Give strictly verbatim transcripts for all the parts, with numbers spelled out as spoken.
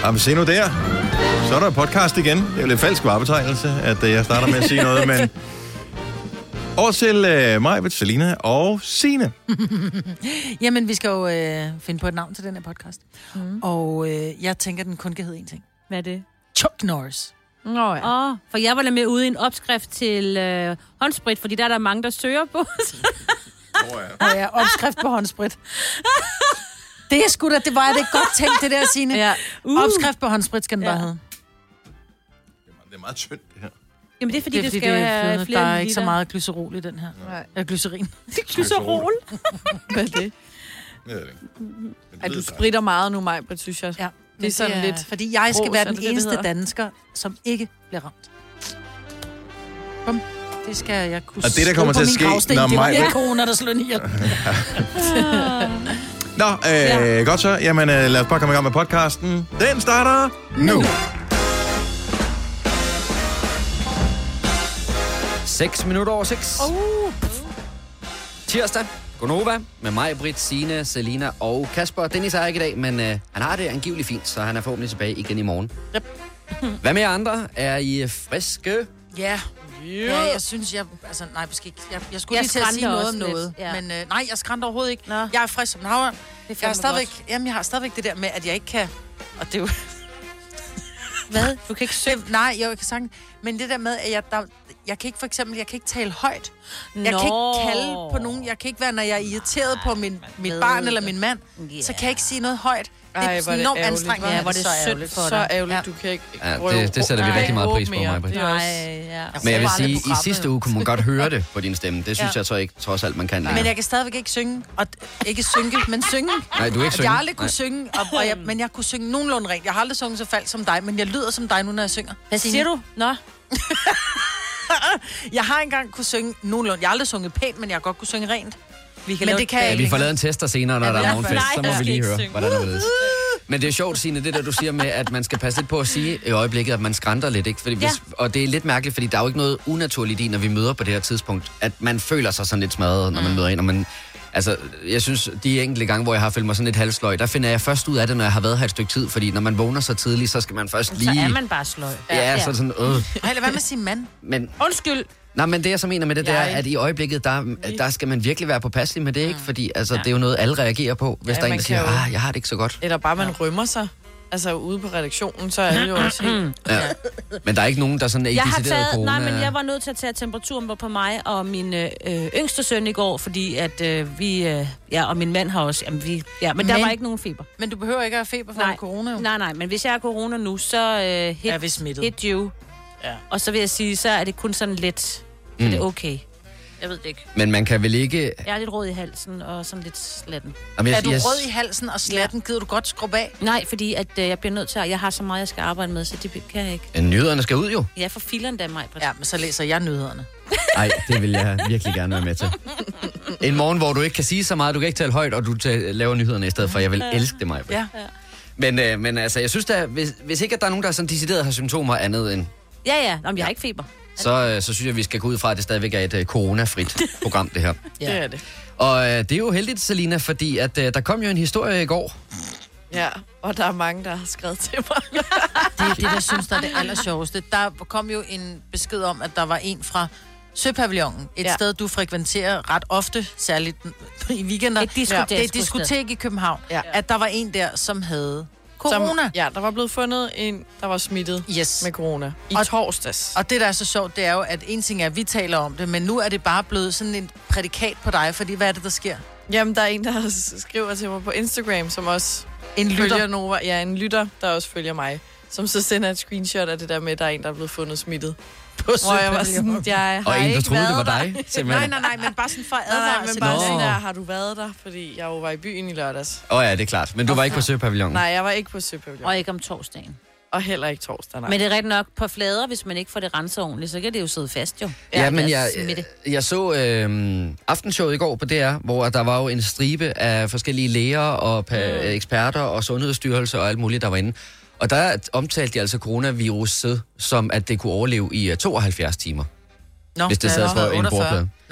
Jamen, se nu der. Så er der podcast igen. Det er jo lidt falsk varebetegnelse, at jeg starter med at sige noget, men... Over til uh, mig, Selina og Signe. Jamen, vi skal jo øh, finde på et navn til den her podcast. Mm. Og øh, jeg tænker, den kun kan hedde en ting. Hvad er det? Chuck Norris. Nå ja. Oh, for jeg var med ude i en opskrift til øh, håndsprit, fordi der er der mange, der søger på. Åh oh, ja. ja, opskrift på håndsprit. Det er sgu da, det var det godt tænkt, det der, Signe. Ja. Uh. Opskrift på håndsprit skal den ja. bare hedde. Det er meget tyndt, det her. Jamen det er fordi, det, er, det fordi skal det have fløde. flere Der er ikke liter. så meget glycerol i den her. Nej. Ja, glycerin. Glycerol? Hvad er det? Jeg ved det ikke. At du spritter meget nu, Maj, synes jeg. Ja. Det er sådan det er, lidt... Fordi jeg skal ros, være den det, eneste det dansker, som ikke bliver ramt. Bum. Det skal jeg kunne. Og det, der kommer til at ske, gravsten, når det mig... Det var corona, der slår ned. Nå, øh, ja. godt så. Jamen, øh, lad os bare komme i gang med podcasten. Den starter nu. seks minutter over seks. Uh. Tirsdag. Gonova med mig, Britt, Signe, Selina og Kasper. Dennis er ikke i dag, men øh, han har det angiveligt fint, så han er forhåbentlig tilbage igen i morgen. Yep. Hvad med jer andre? Er I friske? Ja. Yeah. Ja, jeg synes, jeg... Altså, nej, måske ikke. Jeg, jeg skulle jeg lige til at sige noget om noget. Ja. Men øh, nej, jeg skrænder overhovedet ikke. Nå. Jeg er frisk som en havre. Jeg har stadigvæk... Jamen, jeg har stadigvæk det der med, at jeg ikke kan... Og det er jo... Hvad? Du kan ikke synge? Nej, jeg kan sagtens... Men det der med, at jeg... Der, jeg kan ikke for eksempel... Jeg kan ikke tale højt. Jeg Nå. kan ikke kalde på nogen. Jeg kan ikke være, når jeg er irriteret på min, mit barn eller min mand. Yeah. Så kan jeg ikke sige noget højt. Det er Ej, sådan enormt anstrengende. Ja, hvor det er synd for dig. Så ærgerligt, ja. du kan ikke... Ja, det, det sætter vi rigtig meget pris på, mig. Nej, ja. Men jeg vil sige, i sidste uge kunne man godt høre det på din stemme. Det synes ja. jeg så ikke, trods alt, man kan længere. Men jeg kan stadigvæk ikke synge. Og ikke synge, men synge. Nej, du er ikke synge. Jeg har aldrig kunne Nej. synge, og, og jeg, men jeg kunne synge nogenlunde rent. Jeg har aldrig sunget så falsk som dig, men jeg lyder som dig nu, når jeg synger. Hvad siger du? Nå. Jeg har engang kunne synge nogenlunde. Jeg har aldrig sunget pænt, men jeg har godt kunne synge rent. Vi kan men det kan jeg ja, ikke. vi får lavet en tester senere, når ja, der er nogen fest. Så må Nej, vi lige høre, synge. hvordan det er. Men det er sjovt, Signe, det der, du siger med, at man skal passe lidt på at sige i øjeblikket, at man skranter lidt, ikke? Fordi hvis, ja. Og det er lidt mærkeligt, fordi der er jo ikke noget unaturligt i, når vi møder på det her tidspunkt, at man føler sig sådan lidt smadret, når man mm. møder ind, og man... Altså, jeg synes, de enkelte gange, hvor jeg har følt mig sådan lidt halvsløj, der finder jeg først ud af det, når jeg har været her et stykke tid, fordi når man vågner så tidligt, så skal man først lige... Så er man bare sløj. Ja, ja. så er det sådan, øh. Ej, lad være med at sige mand. Men... Undskyld. Nej, men det jeg så mener med det, det er, at i øjeblikket, der, der skal man virkelig være påpasselig med det, ikke? Fordi altså, ja. det er jo noget, alle reagerer på, hvis ja, der er en, der siger, ah, jeg har det ikke så godt. Eller bare, man rømmer sig. Altså, ude på redaktionen, så er det jo også helt... Ja. Men der er ikke nogen, der sådan er jeg har decideret taget, corona. Nej, men jeg var nødt til at tage temperaturen på mig og min øh, yngste søn i går, fordi at øh, vi... Øh, ja, og min mand har også... Jamen, vi, ja, men, men der var ikke nogen feber. Men du behøver ikke at have feber for nej, corona, jo. Nej, nej, men hvis jeg har corona nu, så øh, hit, er vi smittet. hit you. Ja. Og så vil jeg sige, så er det kun sådan lidt... Så mm. det er okay. Jeg ved det ikke. Men man kan vel ikke... Jeg er lidt rød i halsen og sådan lidt slatten. Jamen, jeg, er du jeg... rød i halsen og slatten? Gider du godt skrubbe af? Nej, fordi at, øh, jeg bliver nødt til at... Jeg har så meget, jeg skal arbejde med, så det kan jeg ikke. Ja, nyhederne skal ud jo. Ja, for fileren da mig. Ja, men så læser jeg nyhederne. Nej, det vil jeg virkelig gerne være med til. En morgen, hvor du ikke kan sige så meget, du kan ikke tale højt, og du tager, laver nyhederne i stedet for. Jeg vil elske det, mig. Ja. Men, øh, men altså, jeg synes da, hvis, hvis ikke at der er nogen, der sådan decideret har symptomer andet end... Ja, ja. Nå, jeg har ikke feber. Så, øh, så synes jeg, vi skal gå ud fra, at det stadigvæk er et øh, coronafrit program, det her. Ja. Det er det. Og øh, det er jo heldigt, Selina, fordi at, øh, der kom jo en historie i går. Ja, og der er mange, der har skrevet til mig. Det er det, der synes, der er det allersjoveste. Der kom jo en besked om, at der var en fra Søpavillonen. Et ja. sted, du frekventerer ret ofte, særligt i weekender. Et diskotek. Det er et diskotek i København. Ja. At der var en der, som havde corona. Som, ja, der var blevet fundet en, der var smittet yes. med corona i og, torsdags. Og det, der er så sjovt, det er jo, at en ting er, at vi taler om det, men nu er det bare blevet sådan en prædikat på dig, fordi hvad er det, der sker? Jamen, der er en, der skriver til mig på Instagram, som også en lytter. Nova. Ja, en lytter, der også følger mig, som så sender et screenshot af det der med, at der er en, der er blevet fundet smittet. På sådan, jeg og en, der troede, det var der. dig? nej, nej, nej, men bare sådan for advarsel. Nej, men bare sådan der, har du været der? Fordi jeg jo var i byen i lørdags. Åh oh, ja, det er klart. Men du var ikke på Søpavillonen? Nej, jeg var ikke på Søpavillonen. Og ikke om torsdagen. Og heller ikke torsdag, nej. Men det er rigtig nok på flader, hvis man ikke får det renset ordentligt, så kan det jo sidde fast jo. Ja, ja men jeg, jeg så øh, aftenshowet i går på D R, hvor der var jo en stribe af forskellige læger og mm. eksperter og sundhedsstyrelse og alt muligt, der var inde. Og der omtalte de altså coronaviruset som, at det kunne overleve i tooghalvfjerds timer. Nå, hvis det sad på en bordplade. Nå.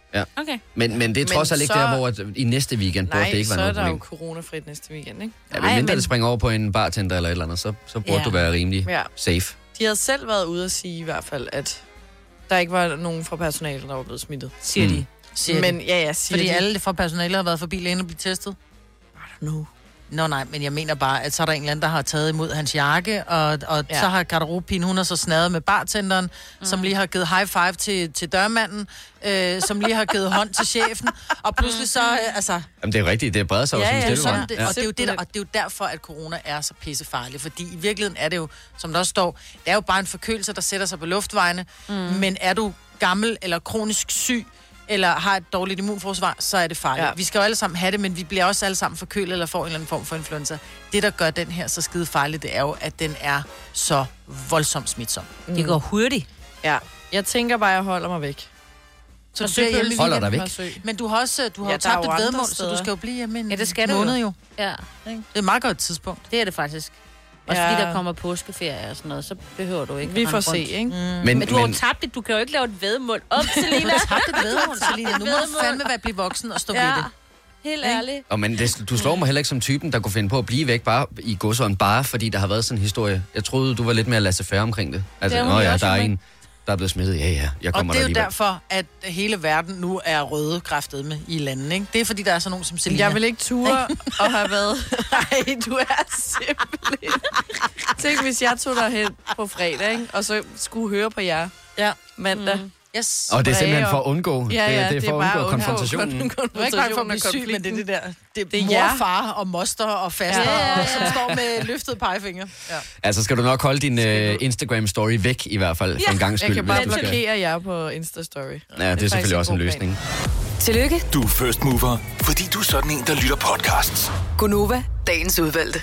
Ja. Okay. Men, men det er trods alt ikke der, hvor at, i næste weekend nej, burde det ikke være noget problem. Nej, så er der jo coronafrit næste weekend, ikke? Ja, men mindre men... det springer over på en bartender eller et eller andet, så, så burde ja. du være rimelig ja. safe. De havde selv været ude at sige i hvert fald, at der ikke var nogen fra personalet, der var blevet smittet. Siger mm. de. Siger men ja, ja, siger Fordi de. alle fra personalet har været forbi lægen og blive testet? I don't know. Nå nej, men jeg mener bare, at så er der en eller anden, der har taget imod hans jakke, og, og ja. så har garderobepigen, hun har så snadet med bartenderen, mm. som lige har givet high five til, til dørmanden, øh, som lige har givet hånd til chefen, og pludselig så, øh, altså... Jamen det er rigtigt, det er bredt sig ja, ja, som sådan det, ja. Og, det er jo det, der, og det er jo derfor, at corona er så pissefarlig, fordi i virkeligheden er det jo, som der også står, det er jo bare en forkølelse, der sætter sig på luftvejene, mm. men er du gammel eller kronisk syg, eller har et dårligt immunforsvar, så er det farligt. Ja. Vi skal jo alle sammen have det, men vi bliver også alle sammen forkølet eller får en eller anden form for influenza. Det, der gør den her så skide farlig, det er jo, at den er så voldsomt smitsom. Mm. Det går hurtigt. Ja, jeg tænker bare, at jeg holder mig væk. Så du bliver hjemme holder dig væk. Men du har også du har ja, tabt et vedmål, så du skal jo blive hjemme en ja, det skal måned jo. jo. Ja. Det er et meget godt tidspunkt. Det er det faktisk. Også ja. fordi der kommer påskeferie og sådan noget, så behøver du ikke. Vi får se, ikke? Mm. Men, men du har jo tabt det, du kan jo ikke lave et væddemål om, Selina. Du har tabt et væddemål, Selina. Nu må du fandme være blive voksen og stå ja. ved det. Helt ærligt. Og men det, du slår mig heller ikke som typen, der kunne finde på at blive væk bare i godsøjen, bare fordi der har været sådan en historie. Jeg troede, du var lidt mere laissez-faire omkring det. Altså, det nå ja, der er en, der er blevet smittet. Ja, ja, jeg kommer der Og det er jo derfor, at hele verden nu er røde kræftet med i landet, ikke? Det er fordi, der er sådan nogen som Selina. Jeg vil ikke ture og have været... Nej, du er simpelthen... Tænk, hvis jeg tog derhen på fredag, ikke? Og så skulle høre på jer ja. mandag. Mm. Yes. Og det er simpelthen for at undgå. Ja, ja, det, det er for at undgå konfrontationen. Du er ikke bare for at blive syg, men det er det der. Det, det er mor, jer. far og moster og faster, ja, ja, ja. som står med løftede pegefinger. Ja. Altså skal du nok holde din uh, Instagram-story væk i hvert fald, ja. for en gang skyld. Jeg kan bare blokere jer på Insta-story. Ja, det er, det er selvfølgelig også en løsning. Tillykke. Du er first mover, fordi du er sådan en, der lytter podcasts. Gunova, dagens udvalgte.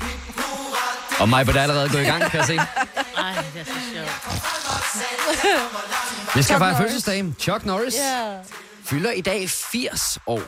Og mig på det er allerede gået i gang, kan jeg se. Ej, det er så sjovt. Vi skal fejre fødselsdag. Chuck Norris yeah. fylder i dag firs år.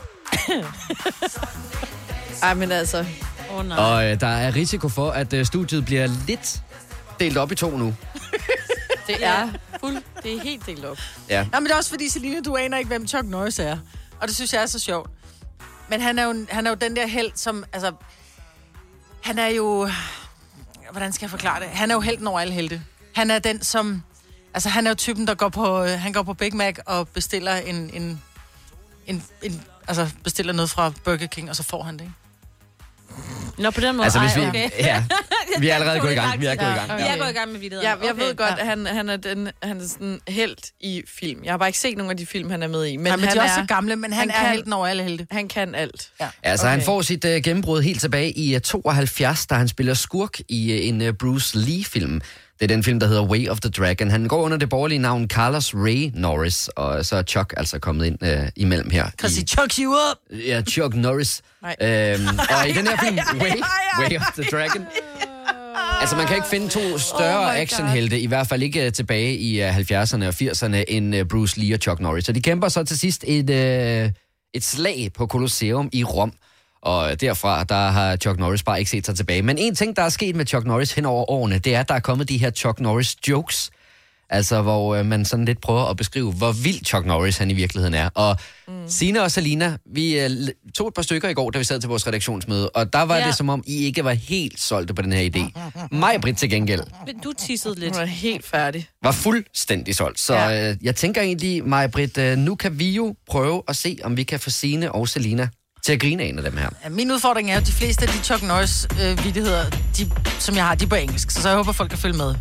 Ej, men altså... Oh, nej. Og øh, der er risiko for, at øh, studiet bliver lidt delt op i to nu. Det er fuld. Det er helt delt op. Ja. Nå, men det er også fordi, Selina, du aner ikke, hvem Chuck Norris er. Og det synes jeg er så sjovt. Men han er jo, han er jo den der held, som... Altså, han er jo... Hvordan skal jeg forklare det? Han er jo helten over alle helte. Han er den, som... Altså, han er jo typen, der går på... Han går på Big Mac og bestiller en... en, en, en altså, bestiller noget fra Burger King, og så får han det, ikke? Nå, på den måde. Altså, hvis vi... Ej, okay. Ja, vi er allerede gået i gang. Vi er gået i gang. Okay. Jeg er gået i gang med videoet. Ja, jeg okay. ved godt, at han, han er den, han er sådan helt i film. Jeg har bare ikke set nogen af de film, han er med i. Men, Nej, men han de er også er så gamle, men han, han er kan, helten over alle helte. Han kan alt. Ja. Altså, okay. Han får sit uh, gennembrud helt tilbage i uh, tooghalvfjerds, da han spiller skurk i uh, en uh, Bruce Lee-film. Det er den film, der hedder Way of the Dragon. Han går under det borgerlige navn Carlos Ray Norris, og så er Chuck altså kommet ind uh, imellem her. Kan sige Chuck you up? Ja, Chuck Norris. Øhm, og i den her film, Way, Way of the Dragon. Altså, man kan ikke finde to større oh actionhelte, i hvert fald ikke tilbage i uh, halvfjerdserne og firserne, end uh, Bruce Lee og Chuck Norris. Så de kæmper så til sidst et, uh, et slag på Colosseum i Rom. Og derfra, der har Chuck Norris bare ikke set sig tilbage. Men en ting, der er sket med Chuck Norris hen over årene, det er, at der er kommet de her Chuck Norris jokes. Altså, hvor øh, man sådan lidt prøver at beskrive, hvor vild Chuck Norris han i virkeligheden er. Og mm. Signe og Selina, vi øh, tog et par stykker i går, da vi sad til vores redaktionsmøde, og der var ja. det som om, I ikke var helt solgte på den her idé. Mig, Britt, til gengæld. Du tissede lidt. Du var helt færdig. Var fuldstændig solgt. Så ja. øh, jeg tænker egentlig, mig, Britt, øh, nu kan vi jo prøve at se, om vi kan få Signe og Selina til at grine af en af dem her. Ja, min udfordring er jo, at de fleste af de Chuck Norris-vittigheder, øh, de, som jeg har, de er på engelsk, så, så jeg håber, folk kan følge med.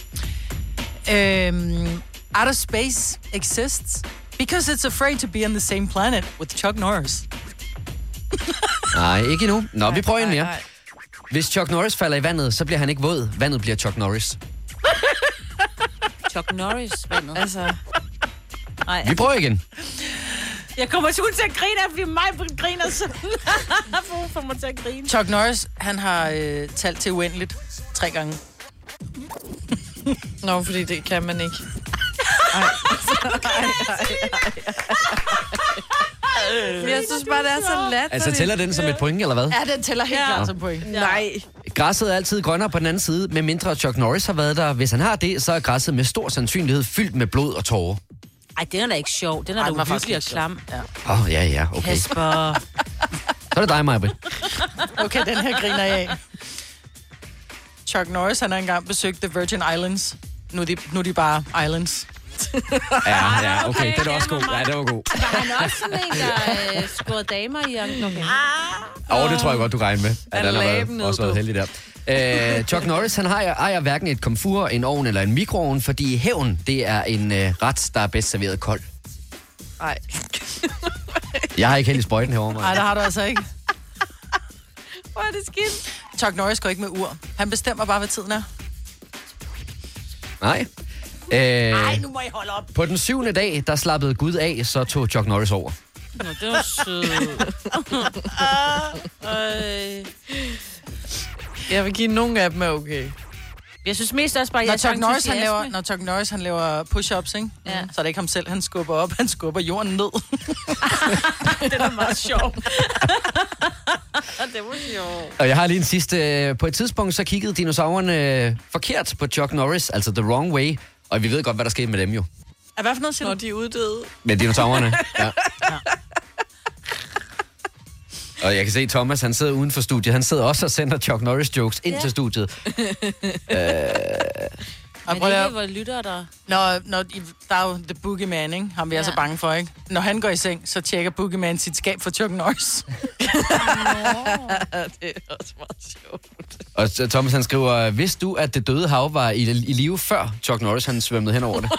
Um, outer space exists because it's afraid to be on the same planet with Chuck Norris. Nej, ikke endnu. Nå, vi prøver en mere. Hvis Chuck Norris falder i vandet, så bliver han ikke våd. Vandet bliver Chuck Norris. Chuck Norris, vandet. Altså... Nej. Vi prøver igen. Jeg kommer til at grine af, fordi mig griner sådan. Hvorfor får mig til at grine? Chuck Norris, han har øh, talt til uendeligt tre gange. Nå, fordi det kan man ikke. Ej. Ej, ej, ej. Jeg synes bare, det er så let. Altså, tæller den som et point, eller hvad? Ja, den tæller helt ja. klart som point. Ja. Nej. Græsset er altid grønnere på den anden side, med mindre Chuck Norris har været der. Hvis han har det, så er græsset med stor sandsynlighed fyldt med blod og tårer. Ej, den er da ikke sjov. Den er Ej, da den var faktisk uhyggelig og ikke klam. Ja. Åh, oh, ja, ja, okay. Kasper. Så er det dig, Maja. Okay, den her griner jeg af. Chuck Norris, han har engang besøgt The Virgin Islands. Nu er de, nu er de bare islands. Ja, ja, okay, den er også god. Ja, det var god. Var han også sådan en, der øh, scorede damer i Young? Okay. Åh, oh, det tror jeg godt, du regner med. At Han han har lagde været, dem ned, også været du. heldig der. Uh, Chuck Norris, han ejer, ejer hverken et komfur, en ovn eller en mikroovn, fordi hævn, det er en uh, ret, der er bedst serveret kold. Nej. Jeg har ikke helt i sprøjten herovre, Nej, mig. det har du altså ikke. Hvor er det skidt. Chuck Norris går ikke med ur. Han bestemmer bare, hvad tiden er. Nej. Uh, Ej, nu må I holde op. på den syvende dag, der slappede Gud af, så tog Chuck Norris over. Nå, det var sødt. øh. Jeg vil give nogle af dem er okay. Jeg synes mest også bare, at Når jeg Chuck, er Norris, han entusiasme. laver, når Chuck Norris han laver push-ups, ikke? Ja. Så er det ikke ham selv, han skubber op. Han skubber jorden ned. Det er meget sjovt. Det var sjovt. Og jeg har lige en sidste. På et tidspunkt, så kiggede dinosaurerne øh, forkert på Chuck Norris, altså the wrong way. Og vi ved godt, hvad der skete med dem jo. Hvad for noget siger Når du? de er uddøde. Med dinosaurerne, ja. Og jeg kan se, Thomas, han sidder uden for studiet. Han sidder også og sender Chuck Norris jokes ind Ja. til studiet. Og Men prøv det lige er at- ikke, hvor lytter der. Når, når I- der er jo The Boogeyman, ikke? Ham vi er Ja. så bange for, ikke? Når han går i seng, så tjekker Boogeyman sit skab for Chuck Norris. Det er også meget sjovt. Og så Thomas, han skriver, vidste du, at det døde hav var i, i live før Chuck Norris, han svømmede hen over det?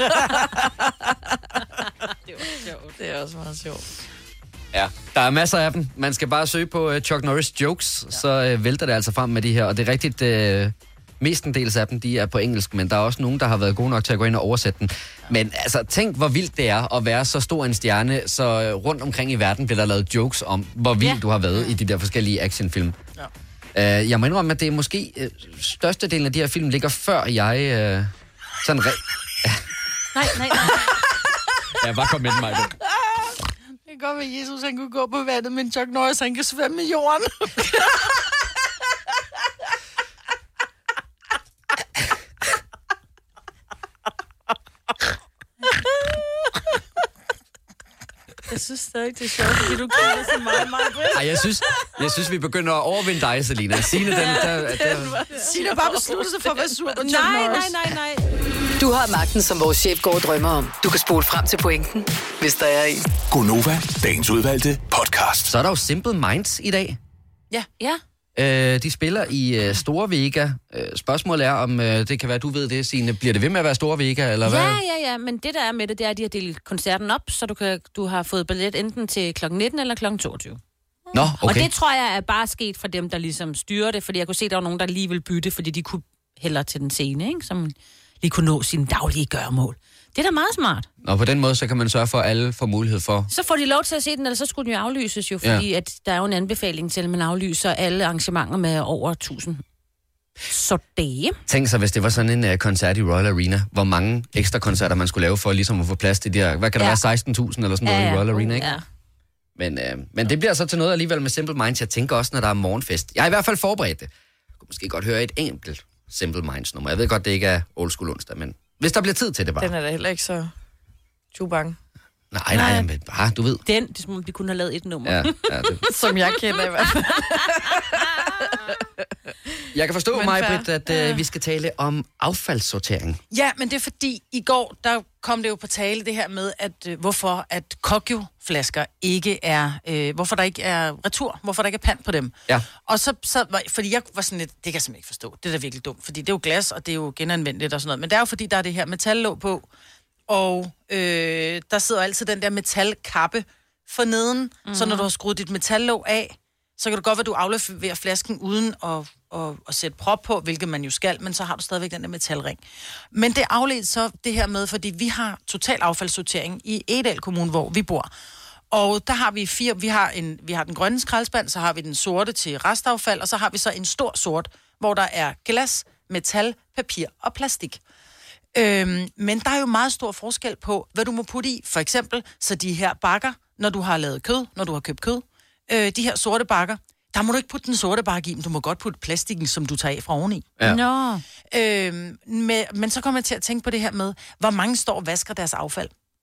Det var sjovt. Det er også meget sjovt. Ja, der er masser af dem. Man skal bare søge på uh, Chuck Norris jokes, ja. så uh, vælter det altså frem med de her. Og det er rigtigt, uh, mestendels af dem, de er på engelsk, men der er også nogen, der har været gode nok til at gå ind og oversætte den. Ja. Men altså, tænk, hvor vildt det er at være så stor en stjerne, så uh, rundt omkring i verden bliver der lavet jokes om, hvor vild ja. du har været i de der forskellige actionfilm. Ja. Uh, jeg må indrømme, at det er måske uh, størstedelen af de her film ligger før jeg uh, sådan re- Nej, nej, nej. Ja, bare kom med den, Maja. Det kan godt være, at Jesus han kunne gå på vandet, men Chuck Norris han kan svømme i jorden. Jeg synes stadig, det er sjovt, fordi du kender så meget, meget. Ej, jeg synes, jeg synes, vi begynder at overvinde dig, Selina. Signe, den, der, der, Signe har bare besluttet sig for at være sur på Chuck Nej, Norris. nej, nej, nej. Du har magten, som vores chef går og drømmer om. Du kan spole frem til pointen, hvis der er en. Gonova, dagens udvalgte podcast. Så er der jo Simple Minds i dag. Ja. Ja. Øh, de spiller i øh, Store Vega. Øh, spørgsmålet er, om øh, det kan være, du ved det, Signe. Bliver det ved med at være Store Vega, eller hvad? Ja, ja, ja, men det der er med det, det er, at de har delt koncerten op, så du, kan, du har fået billet enten til klokken nitten eller klokken toogtyve. Nå, Og okay. det tror jeg er bare sket for dem, der ligesom styrer det, fordi jeg kunne se, der var nogen, der lige ville bytte, fordi de kunne hellere til den scene, ikke? Som lige kunne nå sine daglige gøremål. Det er da meget smart. Nå, på den måde, så kan man sørge for, at alle får mulighed for... Så får de lov til at se den, eller så skulle den jo aflyses jo, fordi ja. at der er jo en anbefaling til, at man aflyser alle arrangementer med over tusind. Så det. Tænk sig, hvis det var sådan en uh, koncert i Royal Arena, hvor mange ekstra koncerter man skulle lave for ligesom at få plads til de her... Hvad kan der Ja. være, seksten tusind eller sådan noget Ja, i Royal ja. Arena, ikke? Ja. Men, øh, men det bliver så til noget alligevel med Simple Minds. Jeg tænker også, når der er morgenfest. Jeg har i hvert fald forberedt det. Jeg kunne måske godt høre et enkelt Simple Minds nummer. Jeg ved godt, det ikke er old school onsdag, men hvis der bliver tid til det bare. Den er da heller ikke så tubang, Nej, nej, men bare, du ved. Den, det er som om, vi kun har lavet et nummer. Ja, ja, det. som jeg kender i hvert fald. Jeg kan forstå, Men Maj-Brit, fair. at øh, vi skal tale om affaldssortering. Ja, men det er fordi, i går, der kom det jo på tale det her med, at øh, hvorfor at Kokyo-flasker ikke er, øh, hvorfor der ikke er retur, hvorfor der ikke er pant på dem. Ja. Og så, så var, fordi jeg var sådan lidt, det kan jeg simpelthen ikke forstå, det er da virkelig dumt, fordi det er jo glas, og det er jo genanvendeligt og sådan noget, men det er jo fordi, der er det her metallåg på, og øh, der sidder altid den der metalkappe for neden, mm-hmm. så når du har skruet dit metallåg af, så kan det godt være, at du afleverer flasken uden at, at, at sætte prop på, hvilket man jo skal, men så har du stadigvæk den der metalring. Men det afledt så det her med, fordi vi har total affaldssortering i Egedal Kommune, hvor vi bor. Og der har vi fire, vi har, en, vi har den grønne skraldespand, så har vi den sorte til restaffald, og så har vi så en stor sort, hvor der er glas, metal, papir og plastik. Øhm, men der er jo meget stor forskel på, hvad du må putte i. For eksempel, så de her bakker, når du har lavet kød, når du har købt kød, øh, de her sorte bakker, der må du ikke putte den sorte bakke i, men du må godt putte plastikken, som du tager af fra oveni. Ja. Nå. Øhm, med, men så kommer jeg til at tænke på det her med, hvor mange står og vasker deres affald.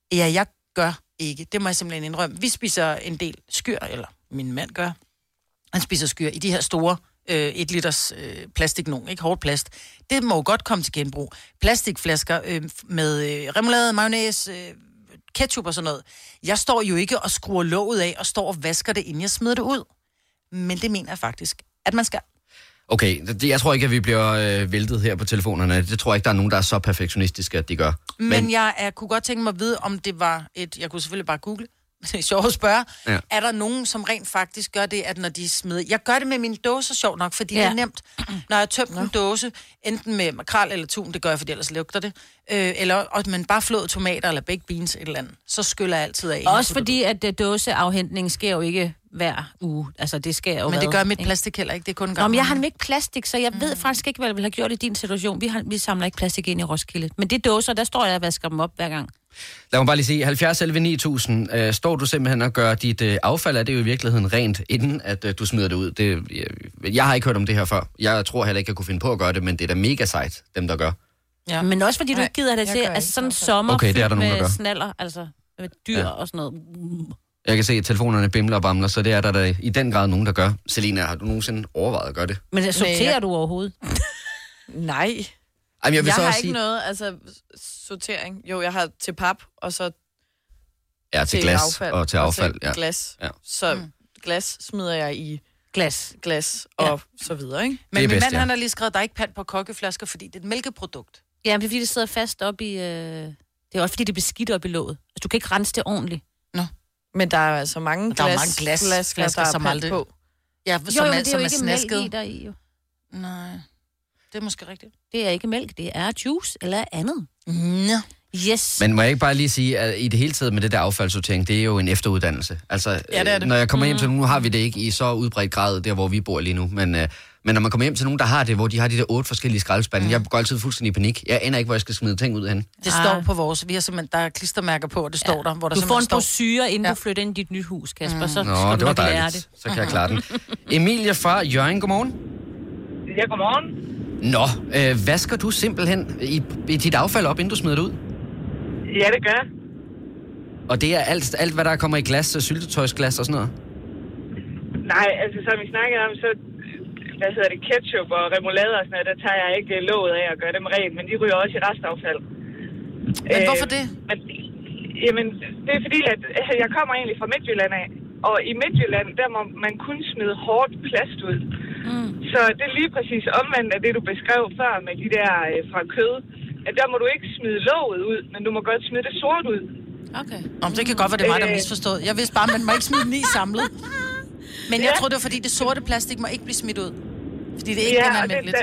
Ja, jeg gør ikke. Det må jeg simpelthen indrømme. Vi spiser en del skyr, eller min mand gør. Han spiser skyr i de her store øh, et liters øh, plastik nogen, ikke hårdt plast. Det må jo godt komme til genbrug. Plastikflasker øh, med øh, remoulade, mayonnaise, øh, ketchup og sådan noget. Jeg står jo ikke og skruer låget af og står og vasker det, inden jeg smider det ud. Men det mener jeg faktisk, at man skal. Okay, det, jeg tror ikke, at vi bliver øh, væltet her på telefonerne. Det tror jeg ikke, der er nogen, der er så perfektionistiske, at de gør. Men, Men jeg er, kunne godt tænke mig at vide, om det var et... Jeg kunne selvfølgelig bare google. Det er sjovt at spørge. Ja. Er der nogen, som rent faktisk gør det, at når de smider... Jeg gør det med mine dåser, sjovt nok, fordi ja. det er nemt. Når jeg har tømt en dåse, enten med makrel eller tun, det gør jeg, fordi ellers lugter det, øh, eller og man bare flået tomater eller baked beans, et eller andet, så skyller jeg altid af. Også fordi, at uh, dåseafhentning sker jo ikke hver uge. Altså, det sker jo Men det hvad, gør mit ikke? plastik heller ikke, det er kun en gang. Nå, men jeg har ikke plastik, så jeg mm. ved faktisk ikke, hvad jeg ville have gjort i din situation. Vi, har, vi samler ikke plastik ind i Roskilde. Men det dåser, der står jeg og vasker dem op hver gang. Lad mig bare lige sige, halvfjerds elleve ni tusind, øh, står du simpelthen og gør dit øh, affald, er det jo i virkeligheden rent, inden at øh, du smider det ud. Det, jeg, jeg har ikke hørt om det her før. Jeg tror heller ikke, jeg kunne finde på at gøre det, men det er da mega sejt, dem der gør. Ja. Men også fordi du ikke gider det til, at altså, sådan en sommer okay, det er der med nogen, der gør. snaller, altså med dyr ja. og sådan noget. Jeg kan se, at telefonerne bimler og bamler, så det er der, der i den grad nogen, der gør. Selina, har du nogensinde overvejet at gøre det? Men sorterer jeg... du overhovedet? Nej. Jamen, jeg vil jeg så har også ikke sige... noget, altså sortering. Jo, jeg har til pap, og så ja, til, til glas affald, og til affald. Og til ja. glas. Ja. Så mm. glas smider jeg i glas, glas og ja. så videre, ikke? Men min bedst, mand, ja. han har lige skrevet, at der er ikke pant på kokkeflasker, fordi det er et mælkeprodukt. Ja, men det er fordi, det sidder fast op i... Øh... Det er også fordi, det er beskidt op i låget. Altså, du kan ikke rense det ordentligt. Nå. Men der er altså mange glas, der er mange glas, glas, flasker, der er pant aldrig... på. Ja, jo, som jo, er, det er jo ikke snasket. mælk i der i, jo. Nej, det er måske rigtigt. Det er ikke mælk, det er juice eller andet. Ja. Yes. Men må jeg ikke bare lige sige, at i det hele taget med det der affaldssortering, det er jo en efteruddannelse. Altså, ja, det er det. Når jeg kommer hjem til, nu har vi det ikke i så udbredt grad, der hvor vi bor lige nu, men, øh, men når man kommer hjem til nogen, der har det, hvor de har de der otte forskellige skraldespande, mm. jeg går altid fuldstændig i panik. Jeg aner ikke, hvor jeg skal smide ting ud hen. Det ah. står på vores, vi har simpelthen, der er klistermærker på, og det står ja. der, hvor der du får en står... brochure, inden ja. du flytter ind i dit nye hus, Kasper, mm. så Nå, skal det du var nok lære dejligt. det. Så kan jeg klare den. Emilie fra Hjørring, godmorgen. Ja, godmorgen. Nå, øh, vasker du simpelthen i, i dit affald op, inden du smider det ud? Ja, det gør. Og det er alt, alt hvad der kommer i glas, syltetøjsglas og sådan noget? Nej, altså som vi snakkede om, så hvad hedder det, ketchup og remoulade og sådan noget, der tager jeg ikke låget af at gøre dem rent, men de ryger også i restaffald. Men øh, hvorfor det? Men, jamen, det er fordi, at jeg kommer egentlig fra Midtjylland af, og i Midtjylland, der må man kun smide hårdt plast ud. Mm. Så det er lige præcis omvendt af det, du beskrev før med de der øh, fra kød. At der må du ikke smide låget ud, men du må godt smide det sort ud. Okay. Om det kan godt være, det er mig, der er misforstået. Jeg vidste bare, at man må ikke smide den i samlet. Men jeg ja. tror det var, fordi det sorte plastik må ikke blive smidt ud. Fordi det er ikke ja, genanvendeligt.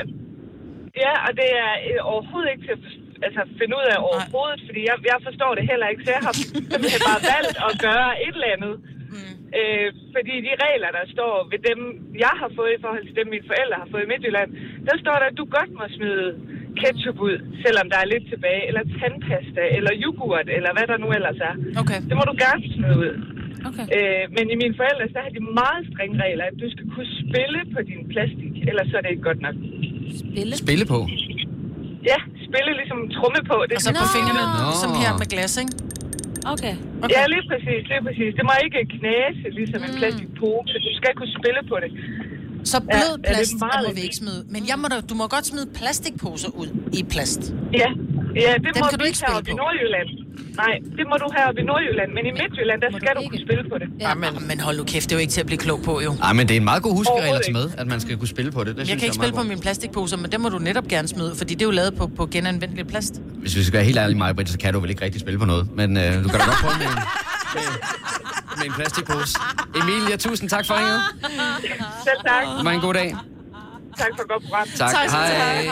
Ja, og det er overhovedet ikke til at altså, finde ud af overhovedet, Nej. fordi jeg, jeg forstår det heller ikke. Så jeg har simpelthen bare valgt at gøre et eller andet. Mm. Øh, fordi de regler, der står ved dem, jeg har fået i forhold til dem, mine forældre har fået i Midtjylland, der står der, at du godt må smide ketchup ud, selvom der er lidt tilbage, eller tandpasta, eller yoghurt, eller hvad der nu ellers er. Okay. Det må du gerne smide ud. Okay. Øh, men i mine forældre, så har de meget strenge regler, at du skal kunne spille på din plastik, ellers så er det ikke godt nok. Spille? Spille på? Ja, spille ligesom trumme på. Det og så på fingrene, no. som her med glas, ikke? Okay. okay. Ja, lige præcis, lige præcis. Det må ikke knase, ligesom mm. en plastikpose. Du skal kunne spille på det. Så blød ja, plast ja, må vi ikke smide. Men jeg må da, du må godt smide plastikposer ud i plast. Ja, ja det Dem må kan du ikke heroppe i Nordjylland. Nej, det må du heroppe i Nordjylland. Men i Midtjylland, der skal du, du kunne spille på det. Ja, men, men hold nu kæft, det er jo ikke til at blive klog på, jo. Nej, men det er en meget god huskeregel til med, at man skal kunne spille på det. det jeg kan ikke spille på mine plastikposer, men det må du netop gerne smide, fordi det er jo lavet på, på genanvendelig plast. Hvis vi skal være helt ærlige, Maja, så kan du vel ikke rigtig spille på noget. Men øh, du kan da godt prøve med en, med, med en plastikpose. Emilia, tusind tak for ringet. Selv tak. Det var en god dag. Tak for godt program. Tak. tak Hej. Hej.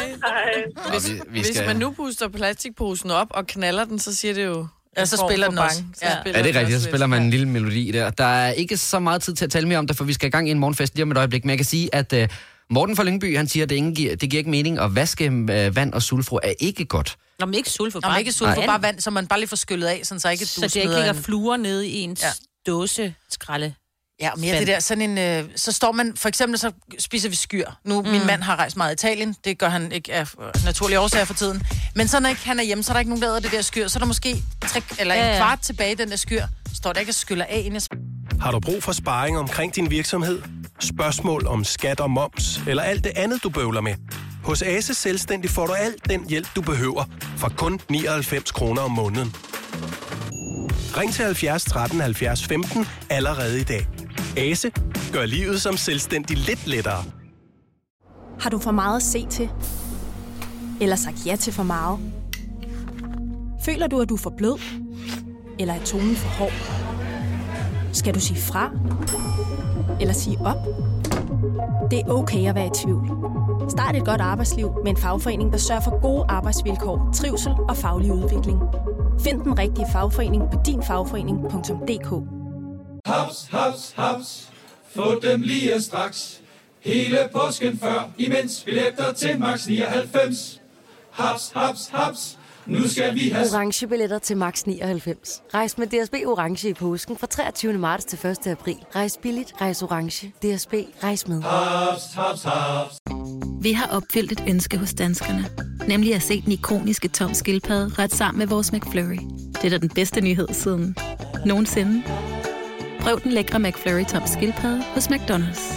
Hej. Hvis, vi, vi hvis skal... man nu puster plastikposen op og knaller den, så siger det jo... Ja, så spiller den også. Så ja. spiller ja, det er rigtigt. Så lidt. spiller man en lille melodi der. Der er ikke så meget tid til at tale mere om det, for vi skal i gang i en morgenfest lige om et øjeblik. Men jeg kan sige, at uh, Morten fra Lyngby, han siger, at det, ingen giver, det giver ikke mening at vaske uh, vand og sulfro er ikke godt. Nå, men ikke sulfur, bare, Nå, ikke sulfur, bare vand, så man bare lige får skyllet af, sådan så ikke så du det ikke ligger fluer nede i ens ja. dåse skralde. Ja, og mere det der, sådan en, øh, så står man, for eksempel så spiser vi skyr. Nu, mm. min mand har rejst meget i Italien, det gør han ikke af naturlige årsager for tiden. Men så når ikke han er hjemme, så er der ikke nogen, der æder det der skyr. Så er der måske tre, eller ja, ja. en kvart tilbage i den der skyr, står der ikke at skyller af, inden jeg... Har du brug for sparring omkring din virksomhed? Spørgsmål om skat og moms, eller alt det andet, du bøvler med? Hos Ase Selvstændig får du alt den hjælp, du behøver, for kun nioghalvfems kroner om måneden. Ring til halvfjerds tretten halvfjerds femten allerede i dag. Ase gør livet som selvstændig lidt lettere. Har du for meget at se til? Eller sagt ja til for meget? Føler du, at du er for blød? Eller er tonen for hård? Skal du sige fra? Eller sige op? Det er okay at være i tvivl. Start et godt arbejdsliv med en fagforening, der sørger for gode arbejdsvilkår, trivsel og faglig udvikling. Find den rigtige fagforening på din fagforening punktum d k. Haps, haps, haps. Få dem lige straks. Hele påsken før, imens billetter til max nioghalvfems. Haps, haps, haps. Nu skal vi have orange billetter til max nioghalvfems. Rejs med D S B Orange i påsken fra treogtyvende marts til første april. Rejs billigt, rejs orange. D S B, rejs med. haps, haps, haps. Vi har opfyldt et ønske hos danskerne. Nemlig at se den ikoniske Tom Skildpadde ret sammen med vores McFlurry. Det er da den bedste nyhed siden nogensinde. Prøv den lækre McFlurry Tom Skildpadde hos McDonald's.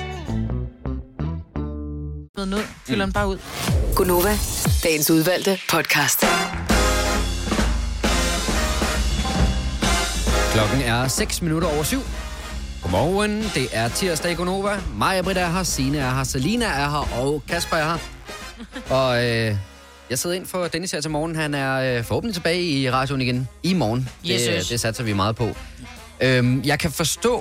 Nu fylder den bare ud. Gunova, dagens udvalgte podcast. Klokken er seks minutter over syv. Godmorgen, det er tirsdag i Gunova. Maja Britt er her, Signe er her, Selina er her, og Kasper er her. Og øh, jeg sidder ind for Dennis her til morgen. Han er øh, forhåbentlig tilbage i radioen igen i morgen. Det, det satser vi meget på. Øhm, jeg kan forstå,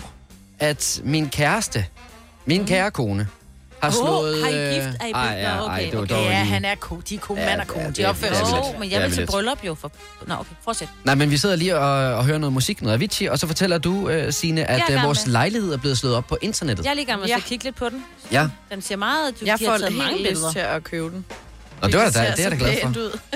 at min kæreste, min mm. kære kone, har slået... Har I gift? Er I ej, ja, okay, ej, det var okay. dog Ja, lige... han er ko. De er ko, Ja, mand og ko. ja, De det- opfører det er sig lidt. lidt. Åh, men Det jeg er vil vi til lidt. bryllup jo. For... Nå, okay, fortsæt. Nej, men vi sidder lige og, og hører noget musik, noget Avicii, og så fortæller du, uh, Signe, Jeg er at i uh, gang vores med. lejlighed er blevet slået op på internettet. Jeg er lige i gang med Ja. at kigge lidt på den. Ja. Den ser meget... Du Jeg de har får taget mange helt lyst billeder. til at købe den. Og det var da, ser det er jeg da så glad for. pænt ud.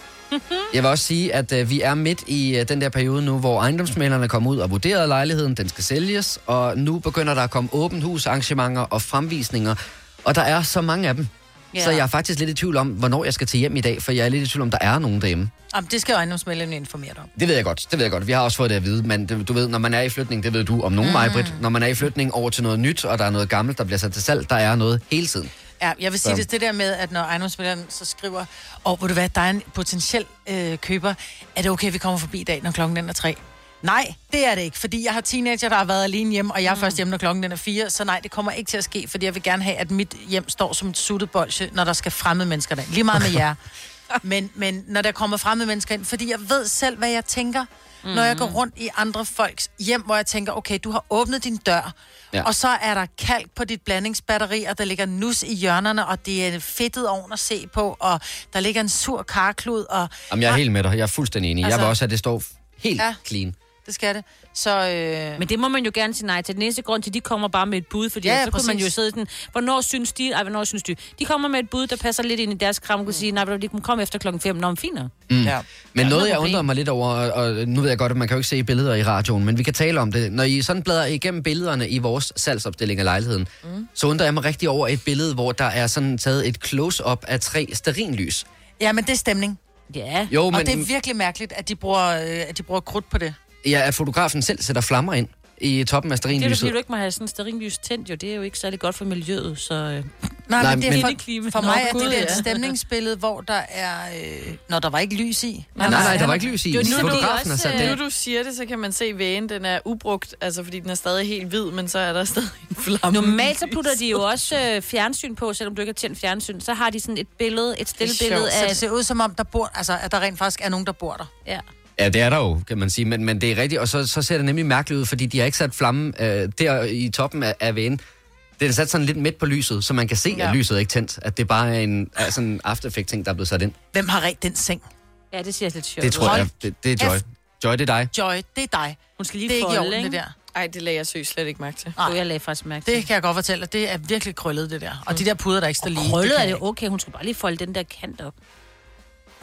Jeg vil også sige, at uh, vi er midt i uh, den der periode nu, hvor ejendomsmæglerne kommer ud og vurderer lejligheden, den skal sælges, og nu begynder der at komme åbent hus arrangementer og fremvisninger, og der er så mange af dem. Ja. Så jeg er faktisk lidt i tvivl om, hvornår jeg skal til hjem i dag, for jeg er lidt i tvivl om, der er nogen derhjemme. Jamen, det skal jo ejendomsmæglerne informere dig om. Det ved jeg godt, det ved jeg godt. Vi har også fået det at vide, men det, du ved, når man er i flytning, det ved du om nogen, mm. Maj-Britt, når man er i flytning over til noget nyt, og der er noget gammelt, der bliver sat til salg, der er noget hele tiden. Ja, jeg vil sige Så. det, det der med, at når ejendomsmægleren så skriver, og hvor du hvad, der er en potentiel øh, køber, er det okay, vi kommer forbi i dag, når klokken den er tre? Nej, det er det ikke, fordi jeg har teenager, der har været alene hjemme, og jeg er mm. først hjemme, når klokken den er fire, så nej, det kommer ikke til at ske, fordi jeg vil gerne have, at mit hjem står som et suttet bolsje, når der skal fremmede mennesker derind. Lige meget med jer. Men, men når der kommer fremmede mennesker ind, fordi jeg ved selv, hvad jeg tænker, mm. når jeg går rundt i andre folks hjem, hvor jeg tænker, okay, du har åbnet din dør, Ja. og så er der kalk på dit blandingsbatteri, og der ligger nus i hjørnerne, og det er en fedtet ovn at se på, og der ligger en sur karklud, og... Jamen, jeg er helt med dig. Jeg er fuldstændig enig. Altså, Altså- jeg vil også have, at det står helt Ja. ja. clean. Det skal det. Så, øh... Men det må man jo gerne sige nej til. Den eneste grund til, at de kommer bare med et bud, fordi Ja, ja, ja, så kunne man jo præcis. sidde sådan, hvornår synes de, ej, hvornår synes de? De kommer med et bud, der passer lidt ind i deres kram, og kunne sige, nej, de kan komme efter klokken fem, når de finder. Mm. Ja. Men Ja, noget, jeg problem. undrer mig lidt over, og nu ved jeg godt, at man kan jo ikke se billeder i radioen, men vi kan tale om det. Når I sådan bladrer igennem billederne i vores salgsopstilling af lejligheden, mm. så undrer jeg mig rigtig over et billede, hvor der er sådan taget et close-up af tre stearinlys. Ja, men det er stemning. Ja. Jo, men Og det er virkelig mærkeligt, at de bruger, øh, at de bruger krudt på det. ja, at fotografen selv sætter flammer ind i toppen af Det er jo stearinlyset. fordi, du ikke må have sådan en stearinlys tændt, jo. Det er jo ikke særlig godt for miljøet, så... Øh. Nej, Nej, men det er men- for, for Nå, mig er Gud, det der ja. et stemningsbillede, hvor der er... Øh... Når der var ikke lys i. Nej, nej, der var ikke lys i. Det er jo ligesom, Fotografen har de sat også, det. Nu du siger det, så kan man se, at vægen den er ubrugt, altså fordi den er stadig helt hvid, men så er der stadig en flamme. Normalt så putter de jo også øh, fjernsyn på, selvom du ikke har tændt fjernsyn. Så har de sådan et billede, et stille billede Så af... det ser ud som om, der bor, altså, at der rent faktisk er nogen, der bor der. Ja. Ja, det er der jo, kan man sige, men, men det er rigtigt, og så, så ser det nemlig mærkeligt ud, fordi de har ikke sat flamme øh, der i toppen af, af vægen. Det er sat sådan lidt midt på lyset, så man kan se, ja. at lyset er ikke tændt. At det bare er en er sådan en After Effects-ting, der er blevet sat ind. Hvem har ret den seng? Ja, det siger lidt sjovt. Det tror jeg, det, det er Joy. Joy, det er dig. Joy, det er dig. Hun skal lige Det er ikke i folde, orden, ikke? det der. Ej, det lagde jeg søg slet ikke mærke til. Nej, jeg lagde faktisk mærke til. Det kan jeg godt fortælle dig. Det er virkelig krøllet, det der. Og de der puder, der ikke står lige. Krøllet det er kan det jeg okay, hun skulle bare lige folde den der kant op.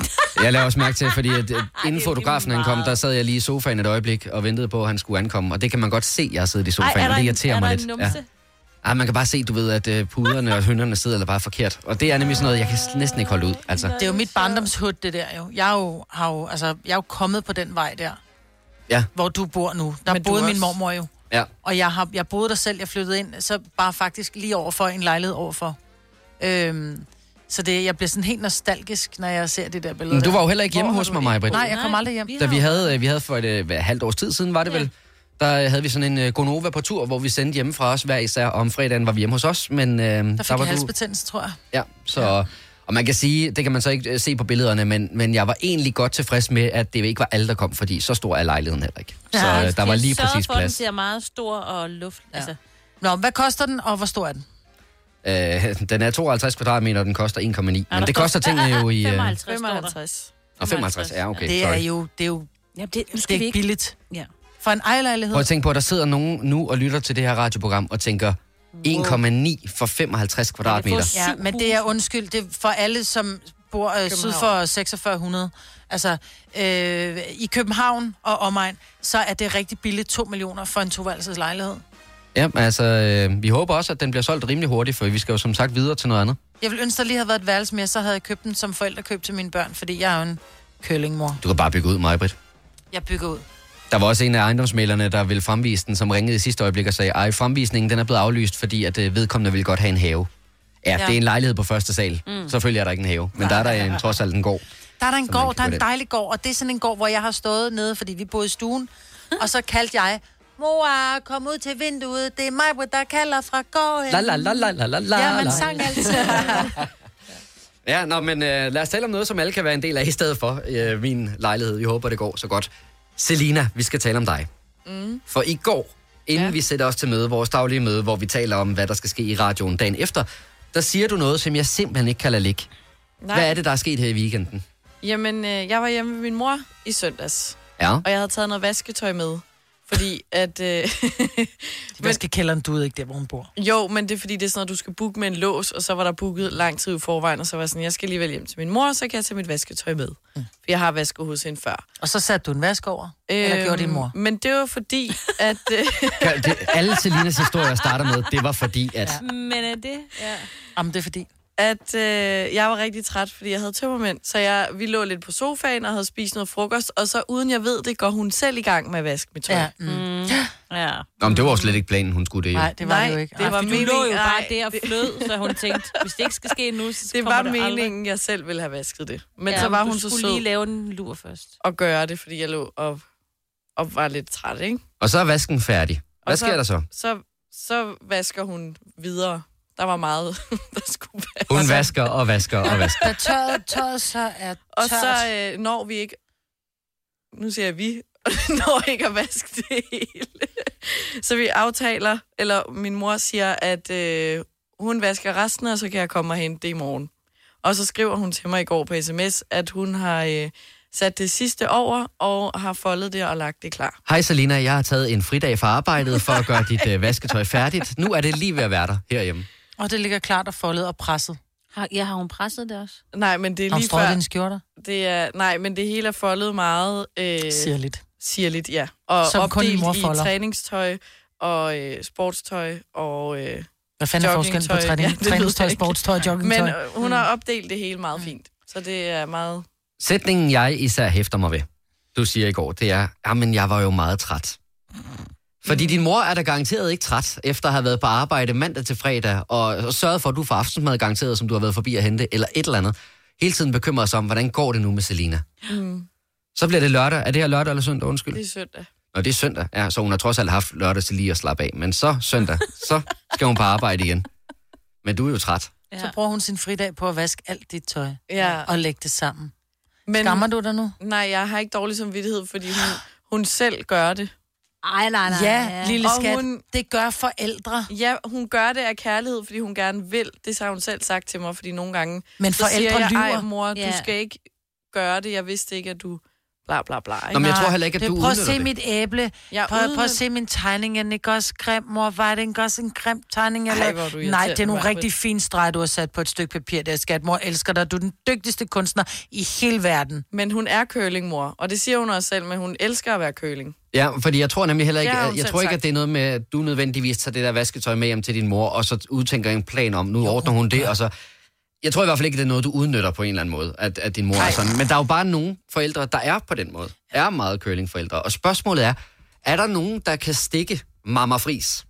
Jeg laver også mærke til, fordi at, inden fotografen han kom, der sad jeg lige i sofaen et øjeblik og ventede på, at han skulle ankomme. Og det kan man godt se, jeg har siddet i sofaen, Ej, og det irriterer mig lidt. Ja. Ej, man kan bare se, du ved, at uh, puderne og hønderne sidder der bare forkert. Og det er nemlig sådan noget, jeg kan næsten ikke holde ud. Altså. Det er jo mit barndomshud, det der jo. Jeg er jo, har jo, altså, jeg er jo kommet på den vej der, ja. Hvor du bor nu. Der Men boede min også... mormor jo. Ja. Og jeg, har, jeg boede der selv, jeg flyttede ind, så bare faktisk lige overfor en lejlighed overfor. Øhm, så det, jeg bliver sådan helt nostalgisk, når jeg ser det der billede. Men du var jo der. heller ikke hjemme hos mig, Maj-Brit. Nej, jeg kom aldrig hjem. Da vi havde, vi havde for et uh, halvt års tid siden, var det ja. vel, der havde vi sådan en uh, Gonova på tur, hvor vi sendte hjemme fra os hver især. Om fredagen var vi hjemme hos os, men... Uh, der fik der var jeg halsbetændelse, tror jeg. Ja, så... Ja. Og man kan sige, det kan man så ikke se på billederne, men, men jeg var egentlig godt tilfreds med, at det ikke var alle, der kom, fordi så stor er lejligheden heller ikke. Så ja, der var lige præcis for, plads. Den ser meget stor og luft. Ja. Altså. Nå, hvad koster den, og hvor stor er den? Øh, den er tooghalvtreds kvadratmeter, og den koster en komma ni. Ja, men det koster tingene jo i... femoghalvtreds. Og femoghalvtreds, ja, okay. Det er jo, det er jo ja, det, det er ikke billigt. Ja. For en ejerlejlighed. Prøv at tænke på, at der sidder nogen nu og lytter til det her radioprogram og tænker... en komma ni for femoghalvtreds kvadratmeter. Ja, men det er undskyld. Det er for alle, som bor øh, syd for seksogfyrre hundrede. Altså, øh, i København og omegn, så er det rigtig billigt to millioner for en toværelses lejlighed. Ja, altså, øh, vi håber også, at den bliver solgt rimelig hurtigt, for vi skal jo som sagt videre til noget andet. Jeg vil ønske, der lige havde været et værelse mere, så havde jeg købt den som forældrekøb til mine børn, fordi jeg er jo en køllingmor. Du kan bare bygge ud, Maj-Brit. Jeg bygger ud. Der var også en af ejendomsmælerne, der ville fremvise den, som ringede i sidste øjeblik og sagde, ej, fremvisningen den er blevet aflyst, fordi at øh, vedkommende ville godt have en have. Ja, ja, det er en lejlighed på første sal. Mm. Selvfølgelig er der ikke en have, men der er der en, trods alt en gård. Der er der en gård, der er en dejlig gård, og det er sådan en gård, hvor jeg har stået nede, fordi vi boede i stuen, og så kaldte jeg, mor, kom ud til vinduet, det er mig, der kalder fra gården. La la la la la la la. Ja, man sang altid. Ja, nå, men øh, lad os tale om noget, som alle kan være en del af i stedet for øh, min lejlighed. Jeg håber, det går så godt. Selina, vi skal tale om dig. Mm. For i går, inden ja. vi sætter os til møde, vores daglige møde, hvor vi taler om, hvad der skal ske i radioen dagen efter, der siger du noget, som jeg simpelthen ikke kan lade ligge. Nej. Hvad er det, der er sket her i weekenden? Jamen, øh, jeg var hjemme med min mor i søndags. Ja. Og jeg havde taget noget vasketøj med. Fordi at... Øh, Vaskekælderen, du ved ikke der, hvor hun bor. Jo, men det er fordi, det er sådan, at du skal booke med en lås, og så var der booket lang tid i forvejen, og så var jeg sådan, jeg skal alligevel hjem til min mor, så kan jeg tage mit vasketøj med. Mm. For jeg har vasket hos hende før. Og så satte du en vask over? Øhm, eller gjorde din mor? Men det var fordi, at... Øh... det, alle Selinas historier starter med, det var fordi, at... Ja. Men er det? Ja. Jamen, det er fordi... at øh, jeg var rigtig træt, fordi jeg havde tømmermænd. Så jeg, vi lå lidt på sofaen og havde spist noget frokost, og så uden jeg ved det, går hun selv i gang med at vaske mit tøj. Ja. Mm. Ja. Nå, men det var slet ikke planen, hun skulle det jo. Nej, det var Nej, det jo ikke. Det var du meningen, lå jo bare nej, der og flød, så hun tænkte, hvis det ikke skal ske nu, så det kommer var det meningen, aldrig. jeg selv ville have vasket det. Men Ja, så var men hun du så skulle sød lige lave den lur først. at gøre det, fordi jeg lå og, og var lidt træt, ikke? Og så er vasken færdig. Hvad Og sker så, der så? så? Så vasker hun videre. Der var meget, der skulle vaske. Hun vasker og vasker og vasker. Da tøjet, tøjet så er tørt. Og så øh, når vi ikke... Nu siger jeg vi, og når ikke at vaske det hele. Så vi aftaler, eller min mor siger, at øh, hun vasker resten, og så kan jeg komme og hente det i morgen. Og så skriver hun til mig i går på sms, at hun har øh, sat det sidste over, og har foldet det og lagt det klar. Hej Selina, jeg har taget en fridag fra arbejdet for at gøre dit øh, vasketøj færdigt. Nu er det lige ved at være der herhjemme. Og det ligger klart og foldet og presset. Har, ja, har hun presset det også? Nej, men det er Har hun lige strøget før... dine skjorter? Det er, nej, men det hele er foldet meget... Øh, Sirligt. Sirligt, ja. Og Som kun din mor opdelt i folder. træningstøj og øh, sportstøj og øh, Hvad fanden er forskellen på træning, ja, træningstøj, sportstøj og joggingtøj? Men øh, hun har opdelt det hele meget fint. Så det er meget... Sætningen, jeg især hæfter mig ved, du siger i går, det er, jamen jeg var jo meget træt. Fordi din mor er da garanteret ikke træt, efter at have været på arbejde mandag til fredag, og sørget for, at du får aftensmad garanteret, som du har været forbi at hente, eller et eller andet. Hele tiden bekymrer sig om, hvordan går det nu med Selina? Mm. Så bliver det lørdag. Er det her lørdag eller søndag? Undskyld. Det er søndag. Nå, det er søndag. Ja, så hun har trods alt haft lørdag til lige at slappe af. Men så søndag, så skal hun på arbejde igen. Men du er jo træt. Ja. Så bruger hun sin fridag på at vaske alt dit tøj. Ja. Og lægge det sammen. Men, Skammer du dig nu? Nej, jeg har ikke dårlig samvittighed, fordi hun, hun selv gør det. Ej, nej, nej. Ja, lille Og skat. hun- Det gør forældre. Ja, hun gør det af kærlighed, fordi hun gerne vil. Det har hun selv sagt til mig, fordi nogle gange... Men så forældre siger jeg, lyver. Ej, mor, Ja. du skal ikke gøre det. Jeg vidste ikke, at du bla bla bla. Nå, men jeg tror heller ikke, at du Prøv at udnytter se det. mit æble. Jeg Prøv, prøv udnytter- at se min tegning. Er den ikke også grim, mor? Var det ikke også en grim tegning? Eller? Ej, hvor er du Nej, irriterende, det er nogle Maj-Brit. rigtig fine streger, du har sat på et stykke papir. Der, skat. Mor elsker dig. Du er den dygtigste kunstner i hele verden. Men hun er curlingmor, og det siger hun også selv, men hun elsker at være curling. Ja, fordi jeg tror nemlig heller ikke, Det har hun jeg, jeg selv tror ikke, sagt. at det er noget med, at du nødvendigvis tager det der vasketøj med hjem til din mor, og så udtænker en plan om, nu ordner hun det, og så... Jeg tror i hvert fald ikke, det er noget, du udnytter på en eller anden måde, at, at din mor Nej. er sådan. Men der er jo bare nogle forældre, der er på den måde. Er meget curlingforældre. Og spørgsmålet er, er der nogen, der kan stikke Mamma Friis?